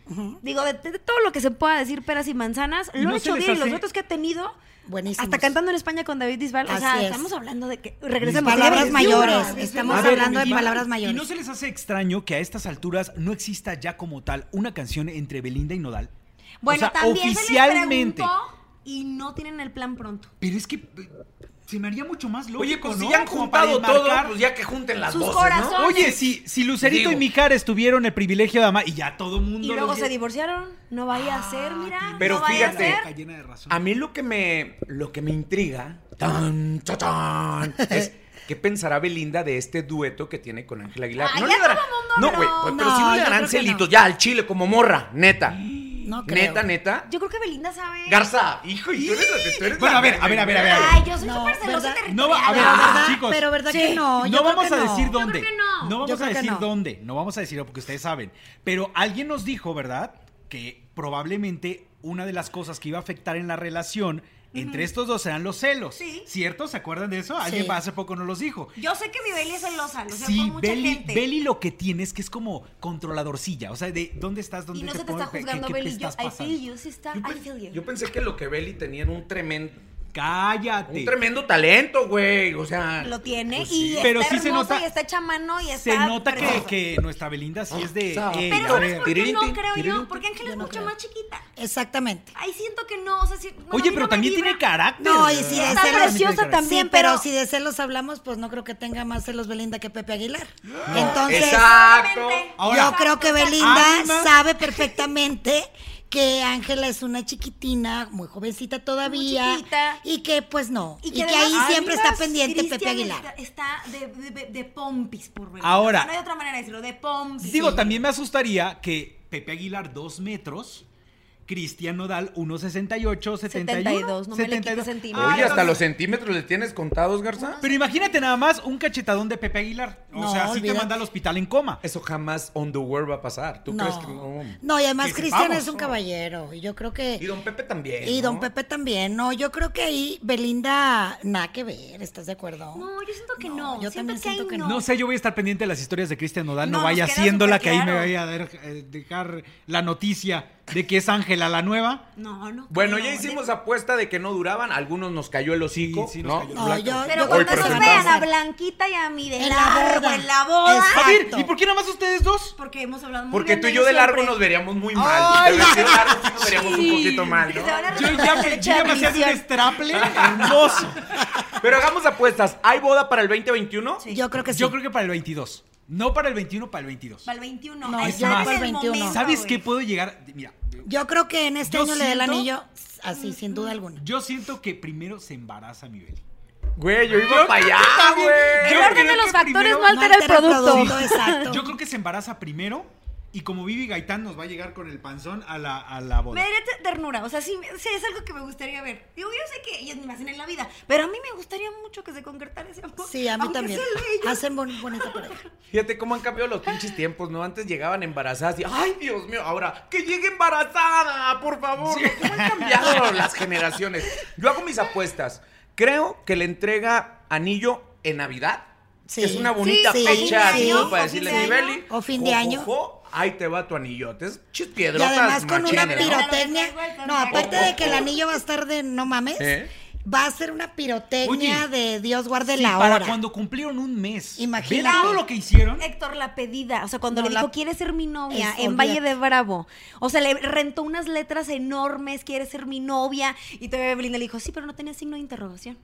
Ujú. Digo, de, de todo lo que se pueda decir peras y manzanas, ¿Y lo no ha se hecho les bien. Y los hace- retos que ha tenido, Buenísimos. hasta cantando en España con David Bisbal. O Así sea, es. estamos hablando de que... Regresemos. Palabras David mayores. Bisbal. Estamos A ver, hablando de y- palabras mayores. ¿Y no se les hace extraño que a estas alturas no exista ya como tal una canción entre Belinda y Nodal? Bueno, O sea, también oficialmente. se les preguntó y no tienen el plan pronto. Pero es que eh, se me haría mucho más lógico, Oye, pues ¿no? si ya han Como para juntado todo, enmarcar. pues ya que junten las Sus voces, corazones. ¿no? Oye, si, si Lucerito Digo. y Mijares tuvieron el privilegio de amar y ya todo mundo... Y luego los- se divorciaron. No vaya a ser, mira. Pero no vaya fíjate, a ser. Llena de razón. A mí lo que me, lo que me intriga, tan, tan, tan, es qué pensará Belinda de este dueto que tiene con Ángel Aguilar. Ay, no ya le dará- todo mundo no, habló. güey, pues, pero No, sí no le yo darán creo que celitos, no. ya al chile como morra, neta. No creo. Neta, neta. Yo creo que Belinda sabe. Garza, hijo, y tú eres la que tú eres Bueno, la a ver, que- a ver, a ver, a ver. Ay, yo soy No, súper celosa ¿verdad? territorial. No va- a ver, Pero Ah, verdad, chicos. pero verdad Sí. que no. Yo No creo vamos que a no. decir Yo creo dónde. que no. No vamos Yo a creo que decir no. dónde. No vamos a decirlo porque ustedes saben. Pero alguien nos dijo, ¿verdad? Que probablemente una de las cosas que iba a afectar en la relación entre estos dos eran los celos. Sí. ¿Cierto? ¿Se acuerdan de eso? Alguien Sí. hace poco nos los dijo. Yo sé que mi Beli es celosa, lo sé Sí, por mucha Beli, gente. Beli lo que tiene es que es como controladorcilla. O sea, de dónde estás, dónde Y no te se te está pones, qué- juzgando, qué te Beli. Yo, estás I pasando. feel you, sí está, Yo, I pe- feel you. yo pensé que lo que Beli tenía era un tremendo, Cállate. un tremendo talento, güey. O sea, Lo tiene pues y sí. Pero está sí se hermosa nota- y está hecha a mano y está Se nota que, preciosa. que nuestra Belinda sí es de... Ah, "Ey, Pero a ¿sabes ver". por qué no Tiririnti, creo yo? tiririnti. Porque Ángela es Yo no mucho creo. más chiquita. Exactamente. Ahí siento que no, o sea, si, bueno, a Oye, mí pero no me también vibra. tiene carácter. No, y si de Está celos- preciosa también, Sí, pero, pero... si de celos hablamos, pues no creo que tenga más celos Belinda que Pepe Aguilar. Entonces, Exacto. Ahora- yo creo que Exacto, Belinda Ánima. sabe perfectamente que Ángela es una chiquitina, muy jovencita todavía. Muy chiquita. Y que pues no. Y, que, además, ahí siempre está además, pendiente Pepe Cristian Aguilar. Está, está de, de, de- de pompis por ver. Ahora- O sea, no hay otra manera de decirlo, de pompis. Digo, Sí. también me asustaría que Pepe Aguilar, dos metros, Cristian Nodal, uno sesenta y ocho, setenta y uno. setenta y dos, no me le quites setenta y dos. centímetros. Oye, Ah, hasta entonces- los centímetros le tienes contados, Garza. Pero imagínate nada más un cachetadón de Pepe Aguilar. O No, sea, así te olvídate. manda al hospital en coma. Eso jamás on the world va a pasar. ¿Tú No. crees que no? No, y además Que Cristian sepamos. es un caballero. Y yo creo que. Y don Pepe también. Y don ¿no? Pepe también. No, yo creo que ahí Belinda, nada que ver. ¿Estás de acuerdo? No, yo siento que No, no. yo siento también que siento ahí que no. No sé, yo voy a estar pendiente de las historias de Cristian Nodal. No, No, vaya nos queda haciéndola que ahí me superclaro. vaya a dar- eh, dejar la noticia de que es Ángela la nueva. No, no. Bueno, creo. ya hicimos apuesta de que no duraban. Algunos nos cayó el hocico. Sí, sí nos ¿no? cayó. No, yo- Pero yo cuando creo que nos se vean van a a Blanquita y a mí de En la largo boda. en la boda. Exacto. A ver, ¿y por qué nada más ustedes dos? Porque hemos hablado muy Porque bien tú y de yo de ellos largo siempre. nos veríamos muy mal. Ay, de vestido largo sí nos veríamos un sí. poquito mal, Se ¿no? van a Yo retomar ya el me, derecho yo de ya me hacía de un admisión. straple hermoso. Pero hagamos apuestas. ¿Hay boda para el veinte veintiuno? Sí. Yo creo que sí. Yo creo que para el veintidós. No para el veintiuno, para el veintidós. Para el veintiuno. No, Ahí yo está para en el el veintiuno. momento, ¿Sabes güey. qué puedo llegar? Mira, Yo creo que en este Yo año le dé el siento- anillo así, sin duda alguna. yo siento que primero se embaraza mi Beli. Güey, yo iba para allá, también. güey. El Yo orden creo de los que factores primero- no altera el producto. exacto. Yo creo que se embaraza primero y como Vivi Gaitán nos va a llegar con el panzón a la, a la boda. Me daría te- ternura, o sea, sí, sí, es algo que me gustaría ver. Digo, yo sé que ellos me hacen en la vida, pero a mí me gustaría mucho que se concretara ese amor. Sí, a mí aunque también. sea el de ellos. Hacen bon- bonita pareja. Fíjate cómo han cambiado los pinches tiempos, ¿no? Antes llegaban embarazadas y, ay, Dios mío, ahora, que llegue embarazada, por favor. ¿Cómo han cambiado las generaciones? Yo hago mis apuestas. Creo que le entrega anillo en Navidad. Sí. Es una bonita Sí, fecha sí, así sí. como para O fin decirle, de mi año. Beli. O fin de año. jo, ahí te va tu anillote. Es Y chispiedrotas además con una machines, ¿no? pirotecnia. Pero- No, aparte de que el anillo va a estar de no mames, ¿Eh? va a ser una pirotecnia Oye, de Dios guarde Sí, la para hora. cuando cumplieron un mes. Imagínate. ¿Ven todo lo que hicieron? Héctor, la pedida, o sea, cuando No, le la- dijo, ¿quieres ser mi novia? Es- en Valle olvídate. de Bravo. O sea, le rentó unas letras enormes, ¿quieres ser mi novia? Y todavía Belinda le dijo, sí, pero no tenía signo de interrogación.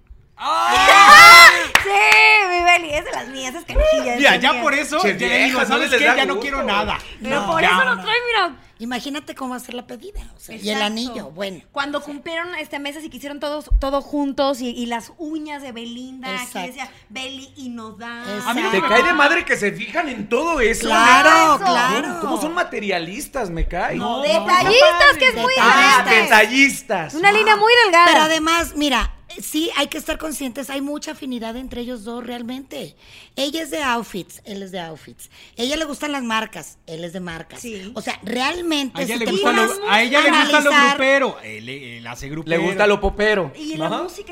Sí, mi Beli, es de las mías, es canijilla. Mira, es ya mía. por eso, Che, ya le digo, viejas, no ¿sabes les qué? da Ya no gusto. quiero nada. Pero No, por ya, eso lo no. trae, mira. Imagínate cómo va a ser la pedida. O sea, y el Exacto. anillo, bueno. Cuando cumplieron este meses y que hicieron todos todo juntos y, y las uñas de Belinda, aquí Exacto. decía Beli y Nodal. Exacto. A mí no Te me- cae de madre que se fijan en todo eso. Claro, Eso. claro. ¿Cómo son materialistas? Me cae. No, Detallistas, que es muy Ah, Detallistas. detallistas. Una línea muy delgada. Pero además, mira, sí, hay que estar conscientes, hay mucha afinidad entre ellos dos realmente. Ella es de outfits, él es de outfits. Ella le gustan las marcas, él es de marcas. Sí. O sea, realmente A ella si le te gusta lo, pones a ella le gusta lo analizar- grupero. Él, él hace grupero. Le gusta lo popero. Y la Ajá. música, es que la música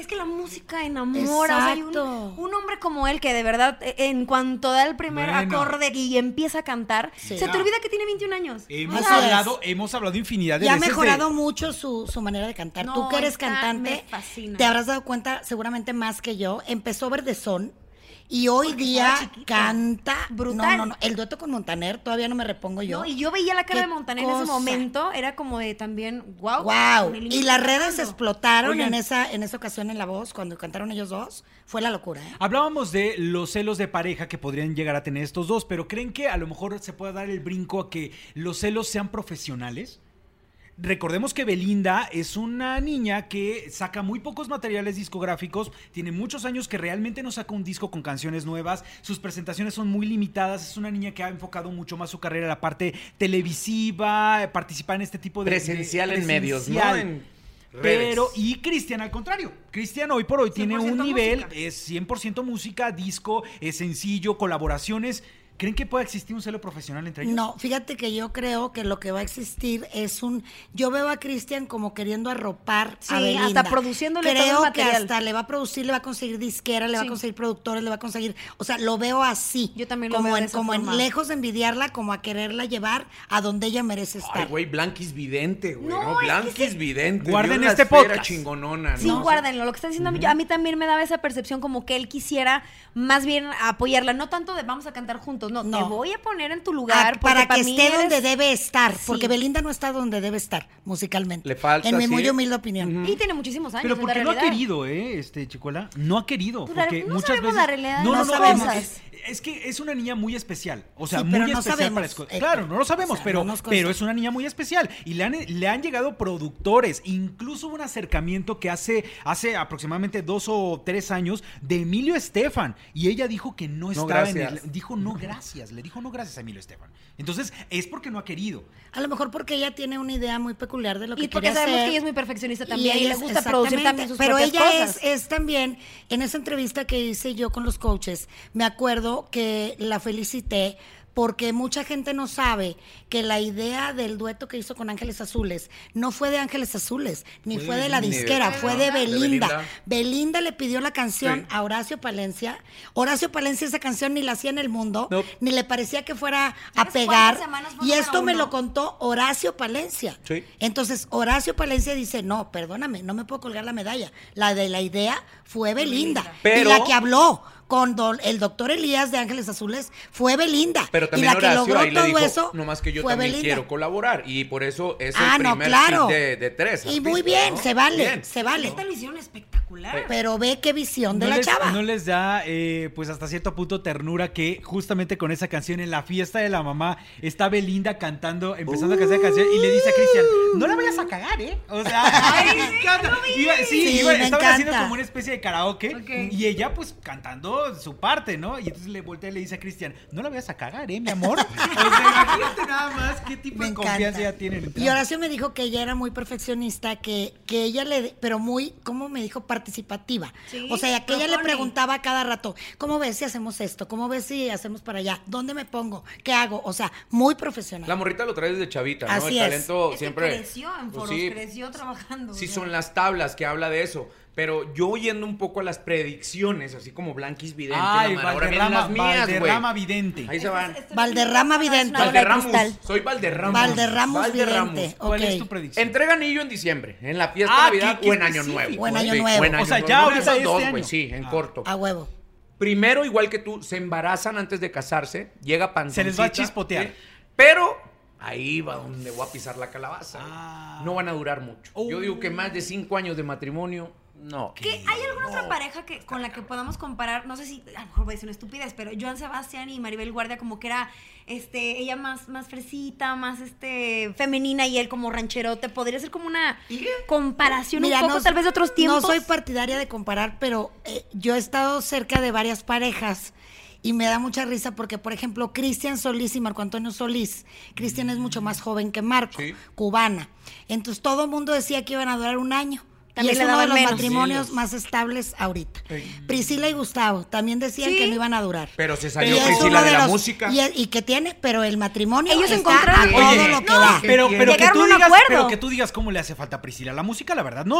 música enamora. O sea, hay un, un hombre como él que de verdad, en cuanto da el primer bueno. acorde y empieza a cantar, sí. se te olvida que tiene veintiún años. Hemos hablado, hemos hablado infinidad de y veces. Y ha mejorado de... mucho su, su manera de cantar. No, Tú que eres está, cantante, me fascina. te habrás dado cuenta seguramente más que yo. Empezó Verde Son. Y hoy Porque día canta brutal. No, no, no. El dueto con Montaner todavía no me repongo yo. No, y yo veía la cara de Montaner cosa? en ese momento, era como de también, wow. Wow. Y las redes cantando. explotaron Oigan. en esa en esa ocasión en La Voz, cuando cantaron ellos dos. Fue la locura, ¿eh? Hablábamos de los celos de pareja que podrían llegar a tener estos dos, pero ¿creen que a lo mejor se pueda dar el brinco a que los celos sean profesionales? Recordemos que Belinda es una niña que saca muy pocos materiales discográficos, tiene muchos años que realmente no saca un disco con canciones nuevas, sus presentaciones son muy limitadas, es una niña que ha enfocado mucho más su carrera en la parte televisiva, participar en este tipo de... Presencial de, en presencial. medios, ¿no? En Pero, y Cristian al contrario, Cristian hoy por hoy tiene un nivel, música. es cien por ciento música, disco, es sencillo, colaboraciones. ¿Creen que pueda existir un celo profesional entre ellos? No, fíjate que yo creo que lo que va a existir es un... Yo veo a Cristian como queriendo arropar sí, a Belinda. hasta produciéndole creo todo el material. que hasta le va a producir, le va a conseguir disquera, le sí. va a conseguir productores, le va a conseguir... O sea, lo veo así. Yo también lo como veo en, de esa Como forma. en lejos de envidiarla, como a quererla llevar a donde ella merece estar. Ay, güey, Blanquis Vidente, güey. No, No, es Blanquis que sí. Vidente. Guarden dio una este esfera podcast. Chingonona, Sí, ¿no? guárdenlo. Lo que está diciendo uh-huh. a mí también me daba esa percepción como que él quisiera más bien apoyarla. No tanto de vamos a cantar juntos. No, no. te voy a poner en tu lugar a, para que para esté eres... donde debe estar, sí. porque Belinda no está donde debe estar musicalmente. Le falta, en mi sí. muy humilde opinión. Uh-huh. Y tiene muchísimos años. Pero porque no realidad. ha querido, eh, este Chicuela, no ha querido, pues porque no muchas veces la realidad no, de no, las no cosas. sabemos. Es, es que es una niña muy especial, o sea, sí, muy pero no especial sabemos. para esco- eh, Claro, no lo sabemos, o sea, pero no pero es una niña muy especial y le han le han llegado productores, incluso un acercamiento que hace hace aproximadamente dos o tres años de Emilio Estefan y ella dijo que no estaba no, en el, dijo no gracias, le dijo no gracias a Emilio Estefan. Entonces, es porque no ha querido. A lo mejor porque ella tiene una idea muy peculiar de lo que y porque quiere sabemos hacer. que ella es muy perfeccionista también y, y le es, gusta producir también sus pero propias ella cosas. es, es también, en esa entrevista que hice yo con los coaches, me acuerdo que la felicité porque mucha gente no sabe que la idea del dueto que hizo con Ángeles Azules no fue de Ángeles Azules, ni fue de la disquera, fue de Belinda. de Belinda. Belinda le pidió la canción sí. a Horacio Palencia. Horacio Palencia esa canción ni la hacía en el mundo, nope. ni le parecía que fuera a pegar. Y esto me lo contó Horacio Palencia. Sí. Entonces, Horacio Palencia dice, no, perdóname, no me puedo colgar la medalla. La de la idea fue Belinda. Pero, y la que habló con do, el doctor Elías de Ángeles Azules fue Belinda. Pero también y la Horacio que logró ahí le todo dijo, eso no más que yo fue también Belinda. quiero colaborar. Y por eso es ah, el no, primer claro. hit de, de tres. Y artistas, muy bien, ¿no? se vale, bien. se vale. Esta lo hicieron espectacular. Pero ve qué visión de no la les, chava. No les da, eh, pues hasta cierto punto, ternura que justamente con esa canción en la fiesta de la mamá está Belinda cantando, empezando uh. a cantar la canción y le dice a Cristian, no la vayas a cagar, ¿eh? O sea, Ay, me encanta. Iba, sí, sí, iba, me estaban encanta. haciendo como una especie de karaoke okay. y ella pues cantando su parte, ¿no? Y entonces le voltea y le dice a Cristian, no la vayas a cagar, ¿eh, mi amor? O sea, imagínate nada más qué tipo me de encanta. confianza ya tienen. Y Horacio me dijo que ella era muy perfeccionista, que, que ella le, pero muy, ¿cómo me dijo? Participativa. Sí, o sea, que ella le propone. preguntaba cada rato, ¿cómo ves si hacemos esto? ¿Cómo ves si hacemos para allá? ¿Dónde me pongo? ¿Qué hago? O sea, muy profesional. La morrita lo trae desde chavita, ¿no? Así el es. talento es siempre. Que creció en foros, pues sí, creció trabajando. Sí, ¿no? son las tablas que habla de eso. Pero yo yendo un poco a las predicciones, así como Blanquis Vidente. Ay, no, man, ahora vienen Valderrama, las mías, Valderrama güey. Vidente. Ahí se van. Este- este Valderrama es Vidente. una bola de Valderramus. cristal. Soy Valderramus. Valderramus Valderramus. Vidente. ¿Cuál Ok. es tu predicción? Entrega anillo en diciembre, en la fiesta Ah, de Navidad qué- qué o en Año específico, Nuevo. O en Año Sí, Nuevo. en Año O sea, Nuevo. ya Una de ahorita esas este dos, año. güey, sí, en Ah. corto. A huevo. Primero, igual que tú, se embarazan antes de casarse, llega panzoncita. Se les va a chispotear. ¿sí? Pero ahí va donde voy a pisar la calabaza. Ah. No van a durar mucho. Oh. Yo digo que más de cinco años de matrimonio, no. ¿Qué? ¿Hay alguna otra pareja que con la que podamos comparar? No sé si, a lo mejor voy a decir una estupidez, pero Joan Sebastián y Maribel Guardia como que era, este, ella más, más fresita, más, este, femenina y él como rancherote. Podría ser como una comparación Mira, un poco no- tal vez de otros tiempos. No soy partidaria de comparar, pero eh, yo he estado cerca de varias parejas y me da mucha risa porque, por ejemplo, Cristian Solís y Marco Antonio Solís. Cristian es mucho más joven que Marco, Sí. cubana. Entonces todo el mundo decía que iban a durar un año. También y le es uno de daban los menos. matrimonios Sí, más estables ahorita. Sí. Priscila y Gustavo también decían Sí. que no iban a durar. Pero se Y salió es Priscila uno de la los- música. Y, y que tiene, pero el matrimonio Ellos está encontraron- a todo Oye, lo que no, da. Pero, pero, que Llegaron tú a un digas, acuerdo. pero que tú digas cómo le hace falta a Priscila la música, la verdad, no.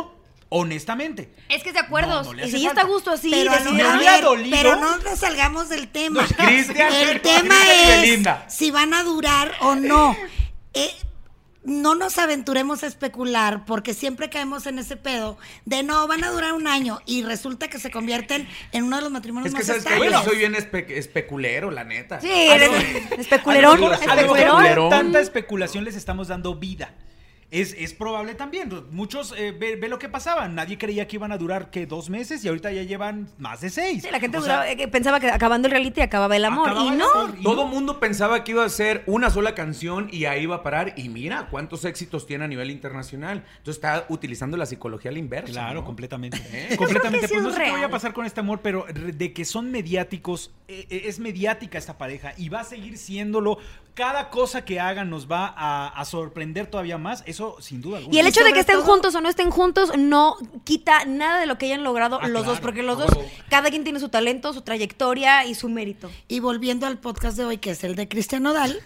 Honestamente. Es que es de acuerdo. No, no le y hace si ya falta. está a gusto así, Pero, decide- no, a hubiera ver, dolido. pero no nos salgamos del tema. Cristian, El Cristian tema y es Belinda. si van a durar o no. Eh, no nos aventuremos a especular porque siempre caemos en ese pedo de no, van a durar un año y resulta que se convierten en uno de los matrimonios Es que más sabes que estables. yo soy bien espe- especulero, la neta. Sí, eres especulerón. A lo mejor- a lo mejor especulerón. culerón. Tanta especulación les estamos dando vida. Es, es probable también. Muchos eh, ve, ve lo que pasaba. Nadie creía que iban a durar que dos meses y ahorita ya llevan más de seis. Sí, la gente O duraba- sea, eh, pensaba que acabando el reality acababa el amor. acababa Y el no. amor, y Todo no. mundo pensaba que iba a ser una sola canción y ahí iba a parar. Y mira cuántos éxitos tiene a nivel internacional. Entonces está utilizando la psicología a la inversa. Claro, ¿no? completamente. ¿Eh? Completamente. Creo que sí Pues no es sé qué real. vaya a pasar con este amor, pero de que son mediáticos, eh, eh, es mediática esta pareja y va a seguir siéndolo. Cada cosa que hagan nos va a, a sorprender todavía más. Eso sin duda alguna. Y el Y hecho de sobre que estén todo- juntos o no estén juntos no quita nada de lo que hayan logrado Ah, los claro, dos, porque los a dos, huevo. cada quien tiene su talento, su trayectoria y su mérito. Y volviendo al podcast de hoy, que es el de Cristian Nodal,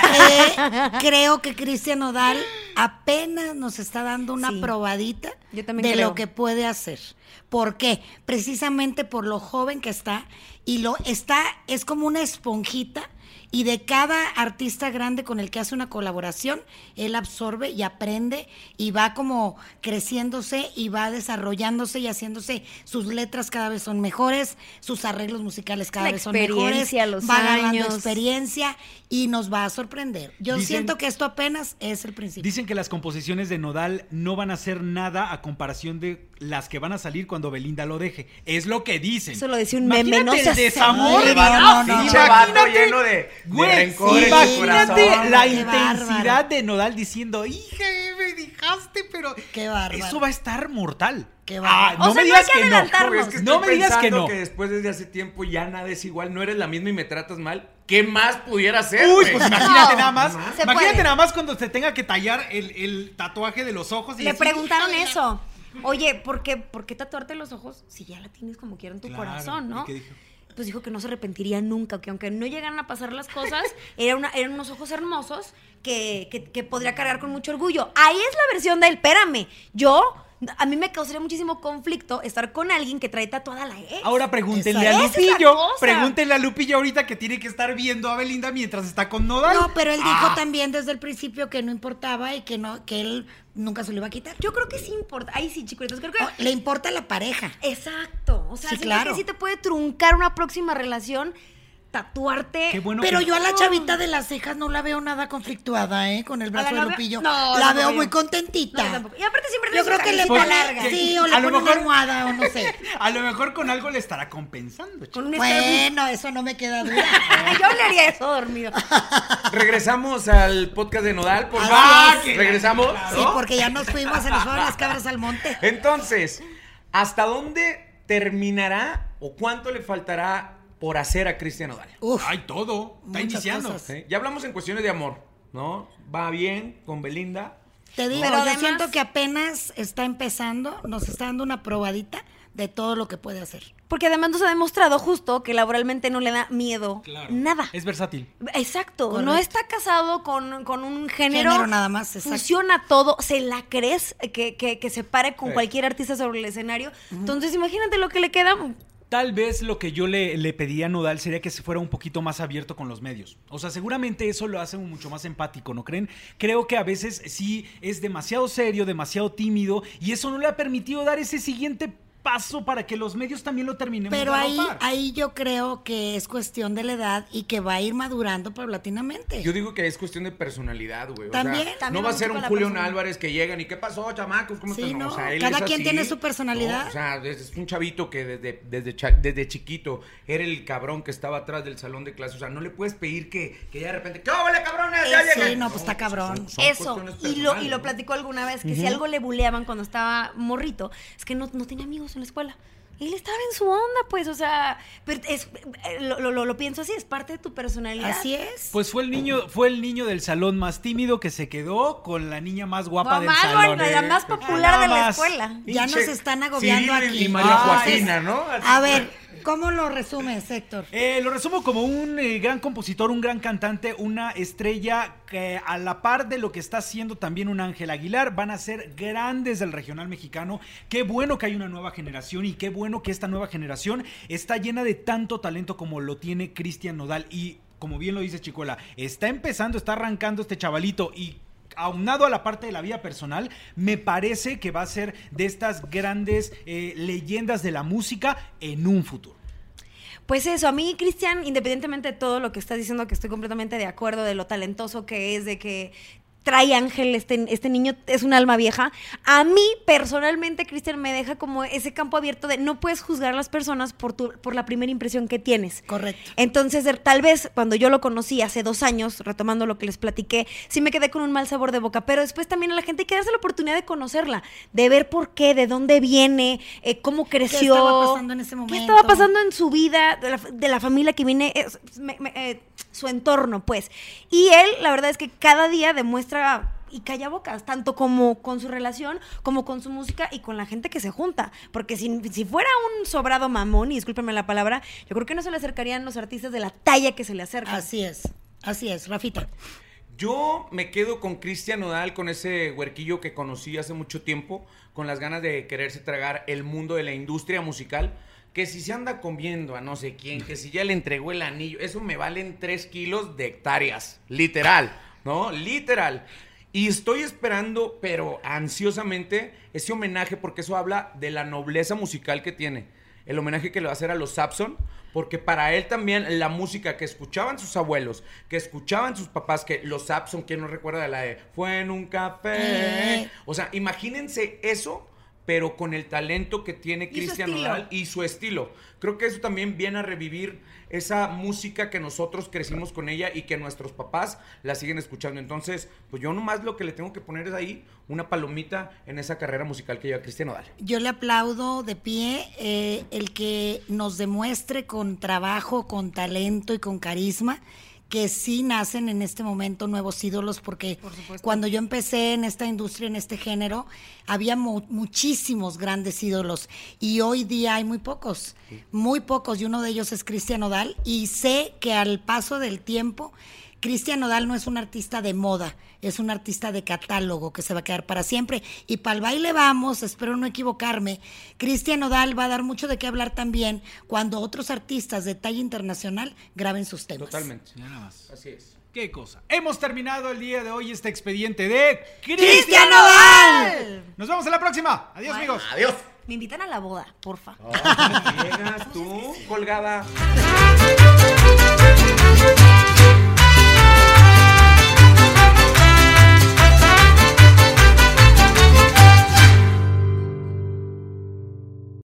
eh, creo que Cristian Nodal apenas nos está dando una Sí. probadita Yo también de creo. lo que puede hacer. ¿Por qué? Precisamente por lo joven que está y lo está, es como una esponjita. Y de cada artista grande con el que hace una colaboración, él absorbe y aprende y va como creciéndose y va desarrollándose y haciéndose, sus letras cada vez son mejores, sus arreglos musicales cada La vez son mejores, experiencia, los va ganando años. experiencia y nos va a sorprender. Yo Dicen- siento que esto apenas es el principio. Dicen que las composiciones de Nodal no van a ser nada a comparación de las que van a salir cuando Belinda lo deje. Es lo que dicen. Eso lo decía un meme, Imagínate no el seas desamor. serio. de No, Belinda. no, no, Pinche no. vato Imagínate, lleno de, de güey, rencor en su imagínate corazón. la Qué intensidad bárbaro. de Nodal diciendo, hija, me dejaste, pero... Qué bárbaro. Eso va a estar mortal. Qué Ah, bárbaro. no O sea, me no digas hay que que no. adelantarnos. Güey, es que No estoy me digas que pensando no. que después desde hace tiempo ya nada es igual, no eres la misma y me tratas mal. ¿Qué más pudiera ser? Uy, güey? pues imagínate No, nada más. se Imagínate puede. nada más cuando te tenga que tallar el, el tatuaje de los ojos. Y Le decir, preguntaron "Híjole". eso. Oye, ¿por qué, ¿por qué tatuarte los ojos si ya la tienes como quiera en tu Claro, corazón, no? ¿y qué dijo? Pues dijo que no se arrepentiría nunca, que aunque no llegaran a pasar las cosas, era una, eran unos ojos hermosos que, que, que podría cargar con mucho orgullo. Ahí es la versión de él, espérame. Yo, a mí me causaría muchísimo conflicto estar con alguien que trae tatuada a la ex. Ahora pregúntenle Esa- a esa es la Lupillo. cosa. Pregúntenle a Lupillo ahorita que tiene que estar viendo a Belinda mientras está con Nodal. No, pero él dijo Ah. también desde el principio que no importaba y que no, que él nunca se lo iba a quitar. Yo creo que sí importa. Ahí sí, chiquitos, creo que... Oh, le importa la pareja. Exacto. O sea, Sí, siento claro. que sí te puede truncar una próxima relación, tatuarte. Qué bueno Pero que- yo a la chavita de las cejas no la veo nada conflictuada, ¿eh? Con el ¿A brazo la de novia? Lupillo. No, la tampoco veo yo. muy No, contentita. yo tampoco. Y aparte siempre Yo trae creo su que le camiseta pone, larga. sí, o A le lo pone una mejor- almohada o no sé. A lo mejor con algo le estará compensando. chico. Con un Bueno, eso no me queda duda. Starbucks. Yo le haría eso dormido. Regresamos al podcast de Nodal, por Así favor. es. Regresamos. Sí, ¿no? porque ya nos fuimos, se nos fueron las cabras al monte. Entonces, ¿hasta dónde terminará o cuánto le faltará por hacer a Cristian Nodal? Uf, Ay, todo. Está Muchas iniciando. cosas. ¿Sí? Ya hablamos en cuestiones de amor, ¿no? Va bien con Belinda. te digo, Pero yo además- siento que apenas está empezando, nos está dando una probadita de todo lo que puede hacer. Porque además nos ha demostrado justo que laboralmente no le da miedo nada. Es versátil. Exacto, Correcto. no está casado con, con un género. Género nada más, exacto. Funciona todo, se la crees que, que, que se pare con Sí. cualquier artista sobre el escenario. Entonces imagínate lo que le queda. Tal vez lo que yo le, le pediría a Nodal sería que se fuera un poquito más abierto con los medios. O sea, seguramente eso lo hace mucho más empático, ¿no creen? Creo que a veces sí es demasiado serio, demasiado tímido, y eso no le ha permitido dar ese siguiente paso para que los medios también lo terminemos Pero de ahí, arropar. ahí yo creo que es cuestión de la edad y que va a ir madurando paulatinamente. Yo digo que es cuestión de personalidad, güey. O También. sea, También no va a va ser mucho un con la Julián persona. Álvarez que llegan y ¿qué pasó, chamacos? ¿Cómo Sí, están? no, O sea, él cada es quien así. tiene su personalidad. No, o sea, es, es un chavito que desde, desde, cha- desde chiquito era el cabrón que estaba atrás del salón de clase. O sea, no le puedes pedir que, que ya de repente, ¿qué vale, cabrones? Ya Eh, llegué. sí, no, pues está cabrón. son- son Eso, cuestiones y lo, y personales, lo ¿no? platicó alguna vez, que si algo le buleaban cuando estaba morrito, es que no, no tenía amigos en la escuela. Él estaba en su onda, pues, o sea, pero es, eh, lo, lo, lo pienso así, es parte de tu personalidad. Así es. Pues fue el niño, fue el niño del salón más tímido que se quedó con la niña más guapa del Mamá, salón. bueno, la más popular Nada de la más. escuela. Ya Pinche nos están agobiando Cirilo y- aquí. Y María Ay, Joaquina, ¿no? Así A fue. ver, ¿Cómo lo resumes, Héctor? Eh, lo resumo como un eh, gran compositor, un gran cantante, una estrella que a la par de lo que está haciendo también un Ángel Aguilar, van a ser grandes del regional mexicano. Qué bueno que hay una nueva generación y qué bueno que esta nueva generación está llena de tanto talento como lo tiene Cristian Nodal. Y como bien lo dice Chicuela, está empezando, está arrancando este chavalito y aunado a la parte de la vida personal, me parece que va a ser de estas grandes eh, leyendas de la música en un futuro. Pues eso, a mí, Cristian, independientemente de todo lo que estás diciendo, que estoy completamente de acuerdo, de lo talentoso que es, de que trae Ángel, este, este niño es un alma vieja. A mí, personalmente, Cristian, me deja como ese campo abierto de no puedes juzgar a las personas por, tu, por la primera impresión que tienes. Correcto. Entonces, tal vez cuando yo lo conocí hace dos años, retomando lo que les platiqué, sí me quedé con un mal sabor de boca, pero después también a la gente hay que darse la oportunidad de conocerla, de ver por qué, de dónde viene, eh, cómo creció. ¿Qué estaba pasando en ese momento? ¿Qué estaba pasando en su vida, de la, de la familia que viene, eh, me, me, eh, su entorno, pues. Y él, la verdad es que cada día demuestra y calla bocas, tanto como con su relación, como con su música y con la gente que se junta. Porque si, si fuera un sobrado mamón, y discúlpenme la palabra, yo creo que no se le acercarían los artistas de la talla que se le acercan. Así es, así es, Rafita. Yo me quedo con Cristian Nodal, con ese huerquillo que conocí hace mucho tiempo, con las ganas de quererse tragar el mundo de la industria musical, que si se anda comiendo a no sé quién, que si ya le entregó el anillo, eso me valen tres kilos de hectáreas, literal, ¿no? Literal. Y estoy esperando, pero ansiosamente, ese homenaje, porque eso habla de la nobleza musical que tiene. El homenaje que le va a hacer a los Sampson, porque para él también la música que escuchaban sus abuelos, que escuchaban sus papás, que los Sampson, ¿quién no recuerda de la de Fue en un café? O sea, imagínense eso, pero con el talento que tiene Cristian Nodal y su estilo. Creo que eso también viene a revivir esa música que nosotros crecimos con ella y que nuestros papás la siguen escuchando. Entonces, pues yo nomás lo que le tengo que poner es ahí una palomita en esa carrera musical que lleva Cristian Nodal. Yo le aplaudo de pie eh, el que nos demuestre con trabajo, con talento y con carisma que sí nacen en este momento nuevos ídolos, porque Por cuando yo empecé en esta industria, en este género, había mu- muchísimos grandes ídolos y hoy día hay muy pocos, sí. muy pocos, y uno de ellos es Cristian Nodal, y sé que al paso del tiempo, Cristian Nodal no es un artista de moda, es un artista de catálogo que se va a quedar para siempre. Y para el baile vamos, espero no equivocarme, Cristian Nodal va a dar mucho de qué hablar también cuando otros artistas de talla internacional graben sus temas. Totalmente. Ya nada más. Así es. Qué cosa. Hemos terminado el día de hoy este expediente de ¡Cristian Nodal! Nos vemos en la próxima. Adiós, Bye. amigos. Adiós. Me invitan a la boda, porfa. Oh, llegas tú, colgada.